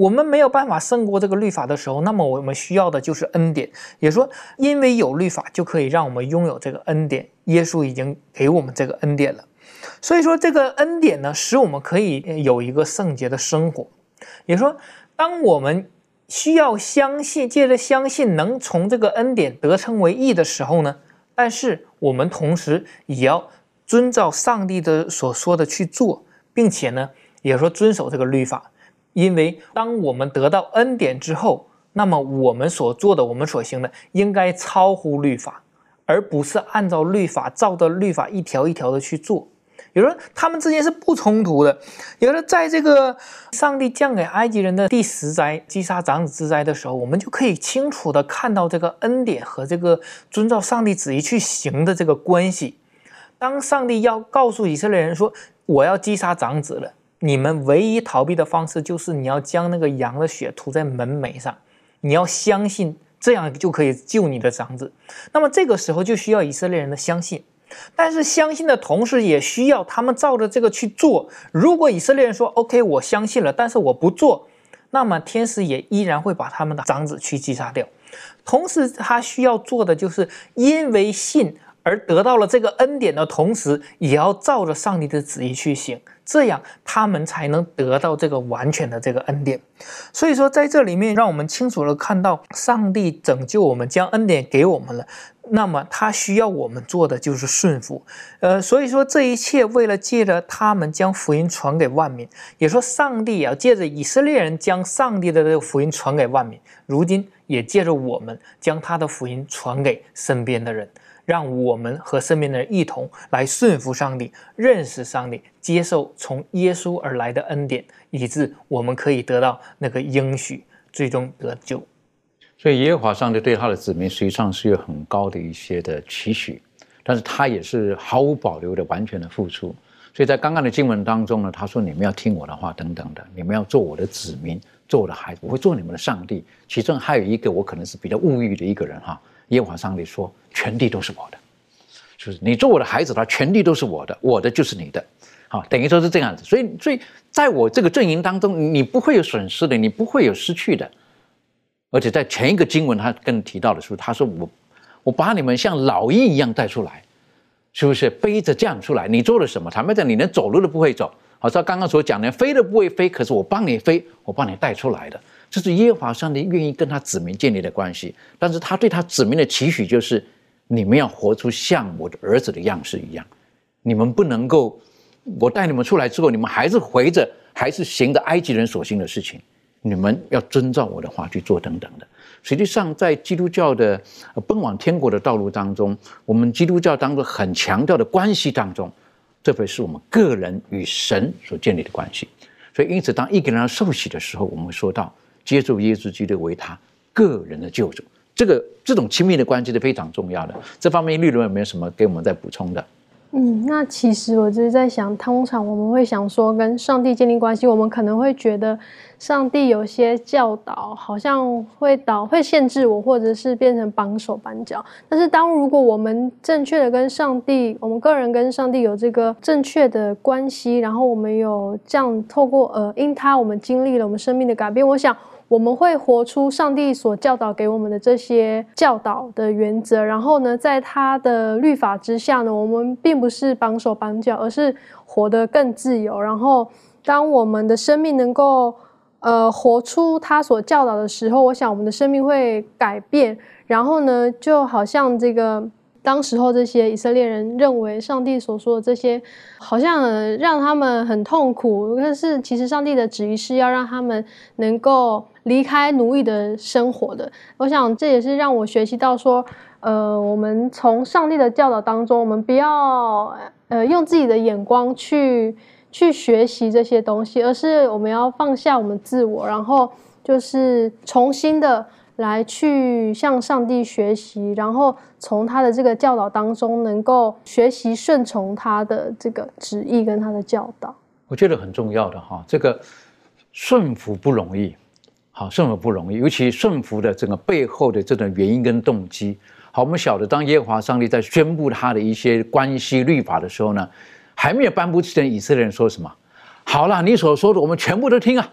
我们没有办法胜过这个律法的时候，那么我们需要的就是恩典。也说，因为有律法，就可以让我们拥有这个恩典。耶稣已经给我们这个恩典了，所以说这个恩典呢，使我们可以有一个圣洁的生活。也说，当我们需要相信，借着相信能从这个恩典得称为义的时候呢，但是我们同时也要遵照上帝的所说的去做，并且呢，也说遵守这个律法。因为当我们得到恩典之后，那么我们所做的，我们所行的，应该超乎律法，而不是按照律法，照着律法一条一条的去做。有人他们之间是不冲突的。有人在这个上帝降给埃及人的第十灾击杀长子之灾的时候，我们就可以清楚的看到这个恩典和这个遵照上帝旨意去行的这个关系。当上帝要告诉以色列人说，我要击杀长子了，你们唯一逃避的方式就是你要将那个羊的血涂在门楣上，你要相信，这样就可以救你的长子。那么这个时候就需要以色列人的相信，但是相信的同时也需要他们照着这个去做。如果以色列人说 OK 我相信了，但是我不做，那么天使也依然会把他们的长子去击杀掉。同时他需要做的就是因为信而得到了这个恩典的同时，也要照着上帝的旨意去行，这样他们才能得到这个完全的这个恩典。所以说在这里面让我们清楚的看到，上帝拯救我们，将恩典给我们了，那么他需要我们做的就是顺服。呃，所以说这一切为了借着他们将福音传给万民，也说上帝也要借着以色列人将上帝的这个福音传给万民，如今也借着我们将他的福音传给身边的人，让我们和身边的人一同来顺服上帝，认识上帝，接受从耶稣而来的恩典，以致我们可以得到那个应许，最终得救。 所以耶和华上帝对他的子民实际上是有很高的一些的期许，但是他也是毫无保留的完全的付出。所以在刚刚的经文当中呢，他说你们要听我的话等等的，你们要做我的子民，做我的孩子，我会做你们的上帝。其中还有一个我可能是比较物欲的一个人哈，耶和华上帝说全地都是我的，就是你做我的孩子，他全地都是我的，我的就是你的，好，等于说是这样子。所以所以在我这个阵营当中，你不会有损失的，你不会有失去的。而且在前一个经文他更提到的是，他说我我把你们像老鹰一样带出来，是不是背着降出来？你做了什么？坦白讲，你连走路都不会走，好像刚刚所讲的，飞都不会飞，可是我帮你飞，我帮你带出来的。这是耶和华上帝愿意跟他子民建立的关系，但是他对他子民的期许就是，你们要活出像我的儿子的样式一样，你们不能够，我带你们出来之后，你们还是回着，还是行着埃及人所行的事情。你们要遵照我的话去做等等的。实际上在基督教的奔往天国的道路当中，我们基督教当中很强调的关系当中，这会是我们个人与神所建立的关系。所以因此当一个人要受洗的时候，我们说到接受耶稣基督为他个人的救主，这个这种亲密的关系是非常重要的。这方面律伦有没有什么给我们再补充的？ 嗯，那其实我就是在想，通常我们会想说跟上帝建立关系，我们可能会觉得上帝有些教导好像会导会限制我，或者是变成绑手绑脚。但是当如果我们正确的跟上帝，我们个人跟上帝有这个正确的关系，然后我们有这样透过呃因他我们经历了我们生命的改变，我想我们会活出上帝所教导给我们的这些教导的原则，然后呢，在他的律法之下呢，我们并不是绑手绑脚，而是活得更自由。然后，当我们的生命能够呃活出他所教导的时候，我想我们的生命会改变。然后呢，就好像这个当时候这些以色列人认为上帝所说的这些好像让他们很痛苦，但是其实上帝的旨意是要让他们能够离开奴役的生活的。我想这也是让我学习到说呃，我们从上帝的教导当中，我们不要呃用自己的眼光去去学习这些东西，而是我们要放下我们自我，然后就是重新的来去向上帝学习，然后从他的这个教导当中能够学习顺从他的这个旨意跟他的教导。 我觉得很重要的哈，这个顺服不容易，好，顺服不容易，尤其顺服的整个背后的这种原因跟动机。好，我们晓得当耶和华上帝在宣布他的一些关系律法的时候呢，还没有颁布之前，以色列人说什么？好了，你所说的我们全部都听啊，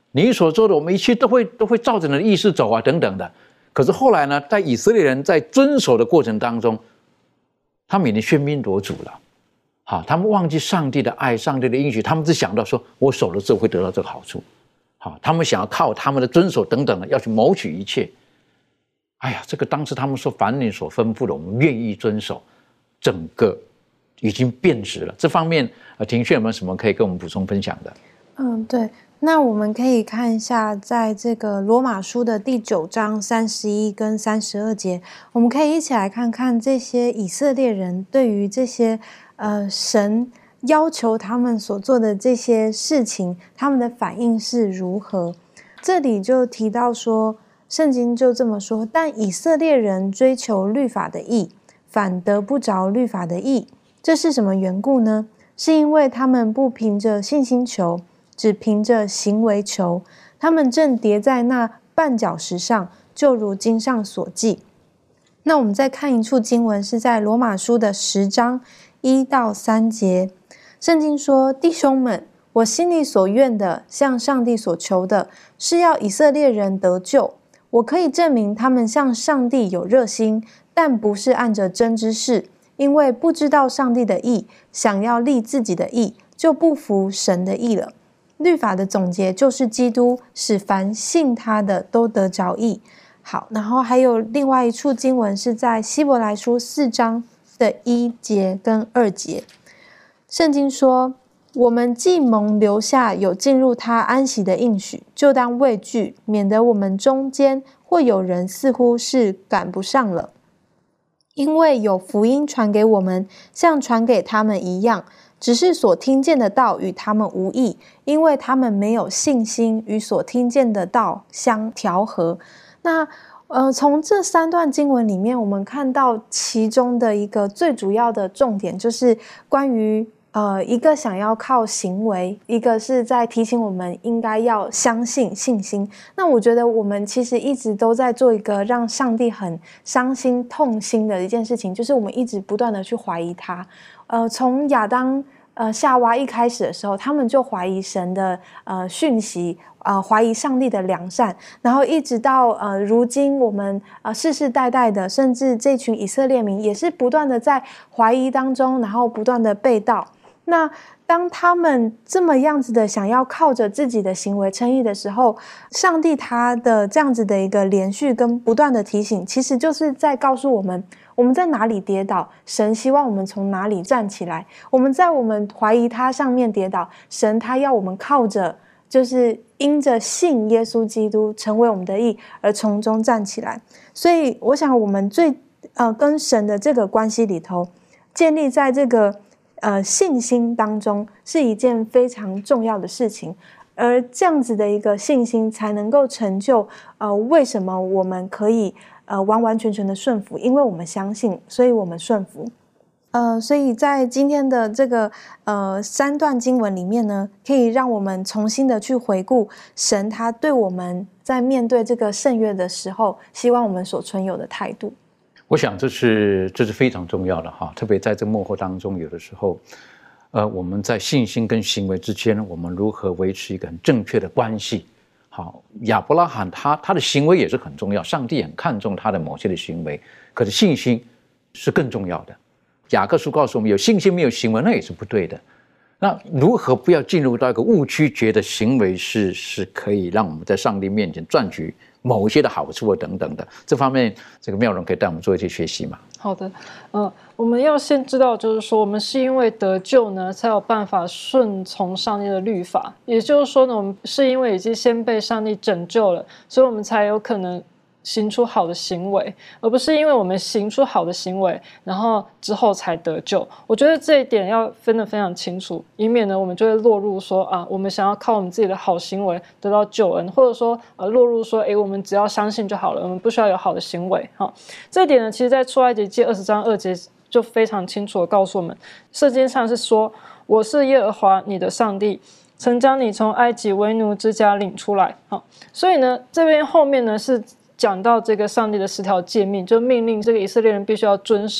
你所做的，我们一切都会都会照着你的意思走啊，等等的。可是后来呢，在以色列人在遵守的过程当中，他们已经喧宾夺主了，好，他们忘记上帝的爱，上帝的应许，他们只想到说，我守了之后会得到这个好处，好，他们想要靠他们的遵守等等的，要去谋取一切。哎呀，这个当时他们说，凡你所吩咐的，我们愿意遵守，整个已经变质了。这方面，呃，庭轩有没有什么可以跟我们补充分享的？ 嗯，对。那我们可以看一下，在这个罗马书的第九章三十一跟三十二节，我们可以一起来看看这些以色列人对于这些呃神要求他们所做的这些事情，他们的反应是如何。这里就提到说，圣经就这么说，但以色列人追求律法的义，反得不着律法的义，这是什么缘故呢？是因为他们不凭着信心求，只凭着行为求，他们正跌在那绊脚石上，就如经上所记。那我们再看一处经文，是在罗马书的十章一到三节。圣经说：弟兄们，我心里所愿的，向上帝所求的，是要以色列人得救。我可以证明他们向上帝有热心，但不是按着真之事，因为不知道上帝的义，想要立自己的义，就不服神的义了。律法的总结就是基督，使凡信他的都得着义。好，然后还有另外一处经文是在希伯来书四章的一节跟二节。圣经说：我们既蒙留下有进入他安息的应许，就当畏惧，免得我们中间或有人似乎是赶不上了。因为有福音传给我们，像传给他们一样，只是所听见的道与他们无益，因为他们没有信心与所听见的道相调和。那呃，从这三段经文里面，我们看到其中的一个最主要的重点，就是关于呃，一个想要靠行为，一个是在提醒我们应该要相信信心。那我觉得我们其实一直都在做一个让上帝很伤心痛心的一件事情，就是我们一直不断的去怀疑他。呃，从亚当呃夏娃一开始的时候，他们就怀疑神的呃讯息，呃怀疑上帝的良善，然后一直到呃如今我们呃世世代代的，甚至这群以色列民也是不断的在怀疑当中，然后不断的被盗。那当他们这么样子的想要靠着自己的行为称义的时候，上帝他的这样子的一个连续跟不断的提醒，其实就是在告诉我们，我们在哪里跌倒，神希望我们从哪里站起来。我们在我们怀疑他上面跌倒，神他要我们靠着就是因着信耶稣基督成为我们的义而从中站起来。所以我想我们最呃跟神的这个关系里头，建立在这个呃，信心当中是一件非常重要的事情，而这样子的一个信心才能够成就呃，为什么我们可以呃完完全全的顺服，因为我们相信，所以我们顺服。呃，所以在今天的这个呃三段经文里面呢，可以让我们重新的去回顾神他对我们在面对这个圣约的时候，希望我们所存有的态度。 我想这是这是非常重要的哈，特别在这幕后当中，有的时候，呃，我们在信心跟行为之间，我们如何维持一个很正确的关系？好，亚伯拉罕他他的行为也是很重要，上帝很看重他的某些的行为，可是信心是更重要的。雅各书告诉我们，有信心没有行为，那也是不对的。那如何不要进入到一个误区，觉得行为是是可以让我们在上帝面前赚取某一些的好处等等的，这方面这个妙容可以带我们做一些学习嘛？ 好的，呃，我们要先知道，就是说，我们是因为得救呢，才有办法顺从上帝的律法。也就是说呢，我们是因为已经先被上帝拯救了，所以我们才有可能行出好的行为，而不是因为我们行出好的行为，然后之后才得救。我觉得这一点要分得非常清楚，以免呢我们就会落入说啊，我们想要靠我们自己的好行为得到救恩，或者说呃落入说，诶，我们只要相信就好了，我们不需要有好的行为。好，这一点呢，其实在出埃及记二十章二节就非常清楚的告诉我们，圣经上是说，我是耶和华你的上帝，曾将你从埃及为奴之家领出来。好，所以呢，这边后面呢是讲到这个上帝的十条诫命，就命令这个以色列人必须要遵守。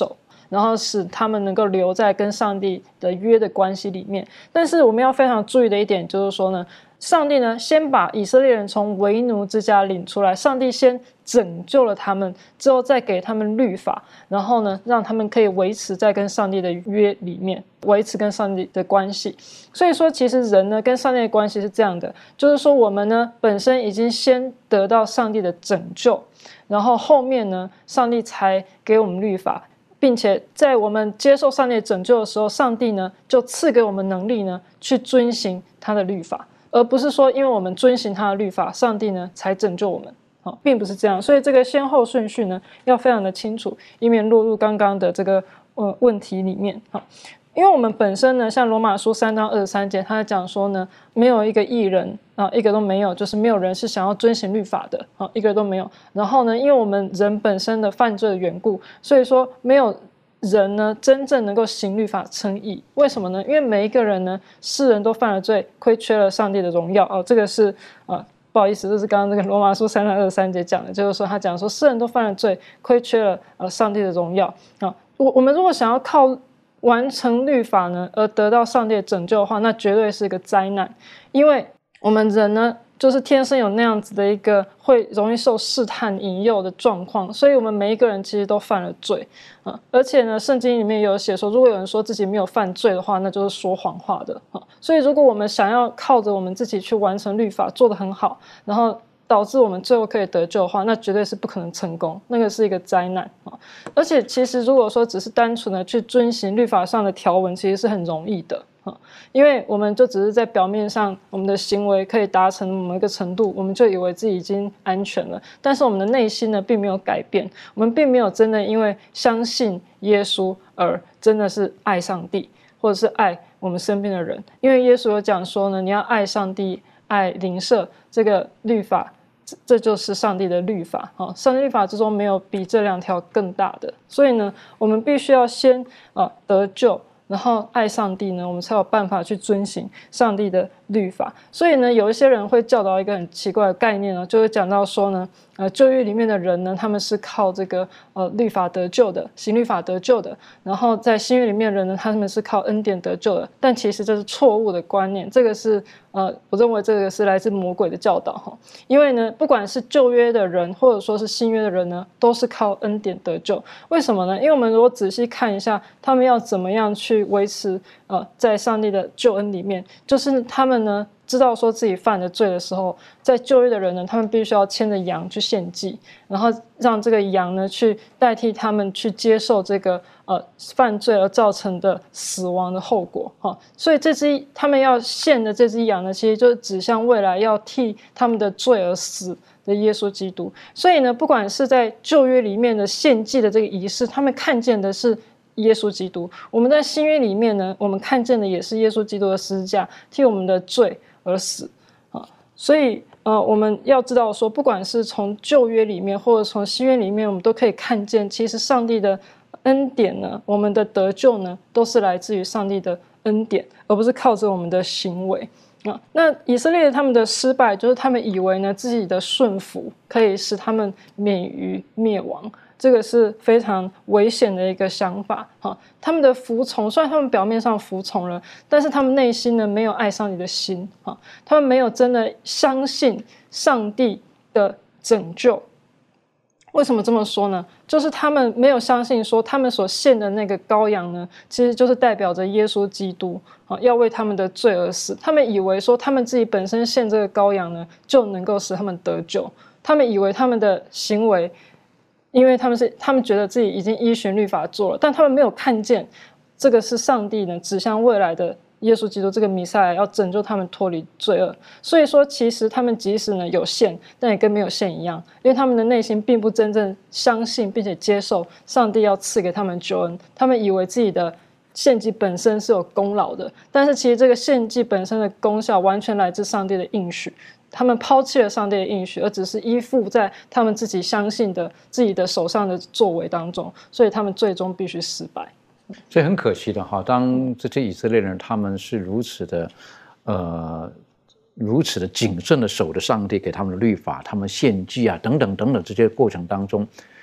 然后使他们能够留在跟上帝的约的关系里面。但是我们要非常注意的一点就是说呢，上帝呢先把以色列人从为奴之家领出来，上帝先拯救了他们，之后再给他们律法，然后呢让他们可以维持在跟上帝的约里面，维持跟上帝的关系。所以说其实人呢跟上帝的关系是这样的，就是说我们呢本身已经先得到上帝的拯救，然后后面呢上帝才给我们律法，并且在我们接受上帝的拯救的时候，上帝呢就赐给我们能力呢去遵行他的律法，而不是说因为我们遵行他的律法，上帝呢才拯救我们。好，并不是这样，所以这个先后顺序呢要非常的清楚，以免落入刚刚的这个呃问题里面。好，因为我们本身呢，像罗马书三章二十三节，他讲说呢，没有一个义人啊，一个都没有，就是没有人是想要遵行律法的啊，一个都没有。然后呢，因为我们人本身的犯罪的缘故，所以说没有人呢真正能够行律法称义。为什么呢？因为每一个人呢，世人都犯了罪，亏缺了上帝的荣耀。哦，这个是啊。不好意思，这是刚刚这个罗马书三章二十三节讲的，就是说他讲说世人都犯了罪，亏缺了呃上帝的荣耀啊。我我们如果想要靠完成律法呢而得到上帝的拯救的话，那绝对是一个灾难，因为我们人呢就是天生有那样子的一个会容易受试探引诱的状况，所以我们每一个人其实都犯了罪啊。而且呢，圣经里面有写说，如果有人说自己没有犯罪的话，那就是说谎话的啊。所以如果我们想要靠着我们自己去完成律法，做得很好，然后导致我们最后可以得救的话，那绝对是不可能成功，那个是一个灾难啊。而且其实如果说只是单纯的去遵行律法上的条文，其实是很容易的。因为我们就只是在表面上我们的行为可以达成某一个程度，我们就以为自己已经安全了，但是我们的内心呢并没有改变，我们并没有真的因为相信耶稣而真的是爱上帝，或者是爱我们身边的人。因为耶稣有讲说呢，你要爱上帝，爱邻舍，这个律法这就是上帝的律法。上帝律法之中没有比这两条更大的，所以呢我们必须要先得救，然后爱上帝呢，我们才有办法去遵行上帝的律法。所以呢，有一些人会教导一个很奇怪的概念呢，就会讲到说呢，呃，旧约里面的人呢，他们是靠这个呃律法得救的，行律法得救的；然后在新约里面的人呢，他们是靠恩典得救的。但其实这是错误的观念，这个是呃，我认为这个是来自魔鬼的教导哈。因为呢，不管是旧约的人，或者说是新约的人呢，都是靠恩典得救。为什么呢？因为我们如果仔细看一下，他们要怎么样去维持呃在上帝的救恩里面，就是他们呢知道说自己犯了罪的时候，在旧约的人呢，他们必须要牵着羊去献祭，然后让这个羊呢去代替他们去接受这个呃犯罪而造成的死亡的后果哈。所以这只他们要献的这只羊呢，其实就是指向未来要替他们的罪而死的耶稣基督。所以呢，不管是在旧约里面的献祭的这个仪式，他们看见的是耶稣基督；我们在新约里面呢，我们看见的也是耶稣基督的十字架替我们的罪而死啊。所以呃，我们要知道说，不管是从旧约里面或者从新约里面，我们都可以看见，其实上帝的恩典呢，我们的得救呢，都是来自于上帝的恩典，而不是靠着我们的行为啊。那以色列他们的失败，就是他们以为呢自己的顺服可以使他们免于灭亡。这个是非常危险的一个想法哈。他们的服从，虽然他们表面上服从了，但是他们内心呢没有爱上你的心哈。他们没有真的相信上帝的拯救。为什么这么说呢？就是他们没有相信说他们所献的那个羔羊呢，其实就是代表着耶稣基督啊，要为他们的罪而死。他们以为说他们自己本身献这个羔羊呢，就能够使他们得救。他们以为他们的行为，因为他们是他们觉得自己已经依循律法做了，但他们没有看见这个是上帝呢指向未来的耶稣基督，这个弥赛亚要拯救他们脱离罪恶。所以说其实他们即使呢有献，但也跟没有献一样，因为他们的内心并不真正相信并且接受上帝要赐给他们救恩。他们以为自己的献祭本身是有功劳的，但是其实这个献祭本身的功效完全来自上帝的应许。他们抛弃了上帝的应许，而只是依附在他们自己相信的自己的手上的作为当中，所以他们最终必须失败。 所以很可惜的哈，当这些以色列人他们是如此的呃如此的谨慎的守着上帝给他们的律法，他们献祭啊等等等等这些过程当中，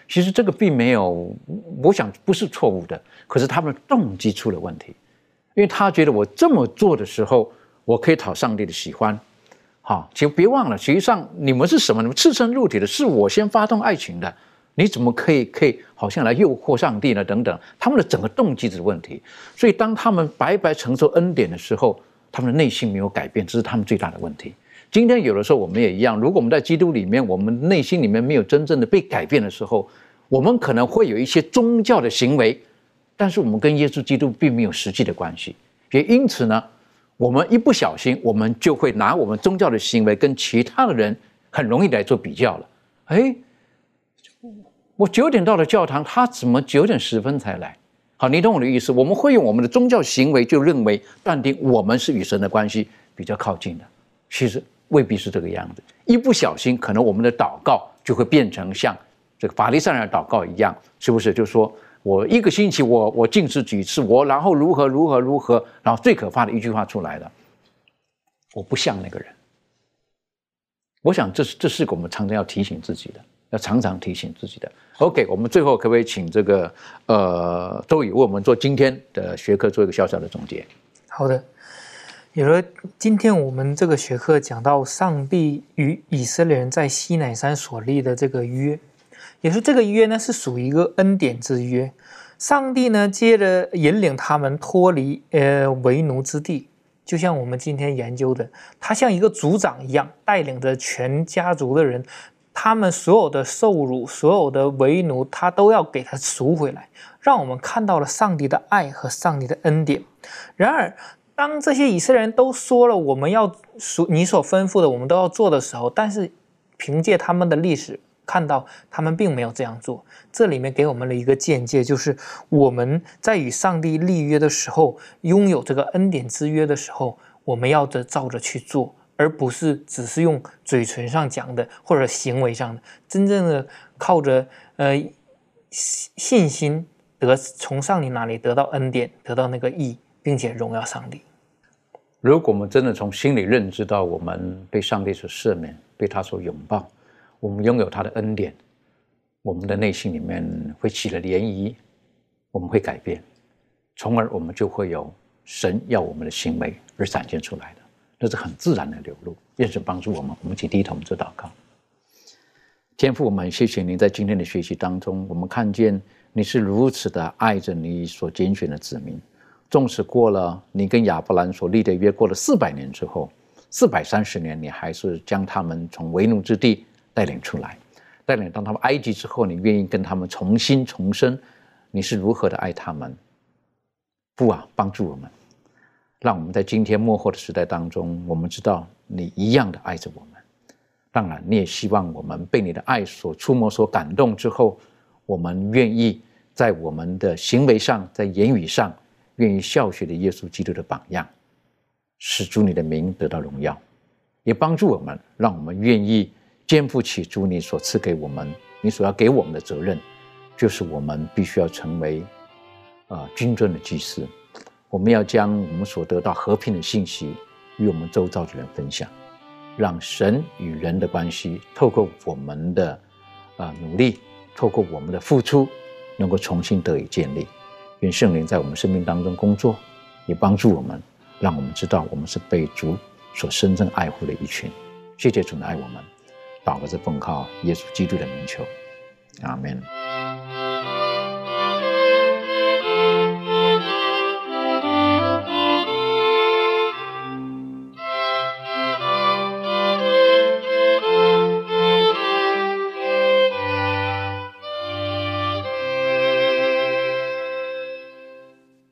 其实这个并没有，我想不是错误的，可是他们的动机出了问题，因为他觉得我这么做的时候，我可以讨上帝的喜欢。好，其实别忘了，实际上你们是什么？你们赤身露体的，是我先发动爱情的，你怎么可以可以好像来诱惑上帝呢？等等，他们的整个动机的问题。所以当他们白白承受恩典的时候，他们的内心没有改变，这是他们最大的问题。今天有的时候我们也一样，如果我们在基督里面，我们内心里面没有真正的被改变的时候，我们可能会有一些宗教的行为，但是我们跟耶稣基督并没有实际的关系。也因此呢，我们一不小心，我们就会拿我们宗教的行为跟其他的人很容易来做比较了。哎，我九点到了教堂，他怎么九点十分才来？好，你懂我的意思？我们会用我们的宗教行为就认为断定我们是与神的关系比较靠近的，其实未必是这个样子。一不小心，可能我们的祷告就会变成像这个法利赛人的祷告一样，是不是？就是说我一个星期我我禁食几次，我然后如何如何如何，然后最可怕的一句话出来了，我不像那个人。我想这是这是我们常常要提醒自己的，要常常提醒自己的。OK， 我们最后可不可以请这个呃周宇为我们做今天的学科做一个小小的总结？ 好的。有了，今天我们这个学科讲到上帝与以色列人在西乃山所立的这个约，也是这个约呢是属于一个恩典之约。上帝呢接着引领他们脱离呃为奴之地，就像我们今天研究的，他像一个族长一样，带领着全家族的人，他们所有的受辱、所有的为奴，他都要给他赎回来，让我们看到了上帝的爱和上帝的恩典。然而当这些以色列人都说了我们要你所吩咐的我们都要做的时候，但是凭借他们的历史看到他们并没有这样做。这里面给我们了一个见解，就是我们在与上帝立约的时候，拥有这个恩典之约的时候，我们要着照着去做，而不是只是用嘴唇上讲的或者行为上的，真正的靠着呃信心得从上帝那里得到恩典，得到那个义，并且荣耀上帝。 如果我们真的从心里认知到我们被上帝所赦免，被他所拥抱，我们拥有他的恩典，我们的内心里面会起了涟漪，我们会改变，从而我们就会有神要我们的行为而展现出来的，那是很自然的流露。愿神帮助我们，我们一起低头做祷告。天父，我们谢谢您在今天的学习当中，我们看见你是如此的爱着你所拣选的子民，纵使过了你跟亚伯兰所立的约，过了四百年之后，四百三十年，你还是将他们从为奴之地带领出来，带领到他们埃及之后，你愿意跟他们重新重生，你是如何的爱他们。父啊，帮助我们，让我们在今天末后的时代当中，我们知道你一样的爱着我们。当然你也希望我们被你的爱所触摸所感动之后，我们愿意在我们的行为上，在言语上愿意效学的耶稣基督的榜样，使主你的名得到荣耀，也帮助我们，让我们愿意肩负起主你所赐给我们，你所要给我们的责任，就是我们必须要成为呃君尊的祭司，我们要将我们所得到和平的信息与我们周遭的人分享，让神与人的关系透过我们的呃努力，透过我们的付出，能够重新得以建立。愿圣灵在我们生命当中工作，也帮助我们，让我们知道我们是被主所深深爱护的一群。谢谢主的爱我们，祷告是奉靠耶稣基督的名求，阿们。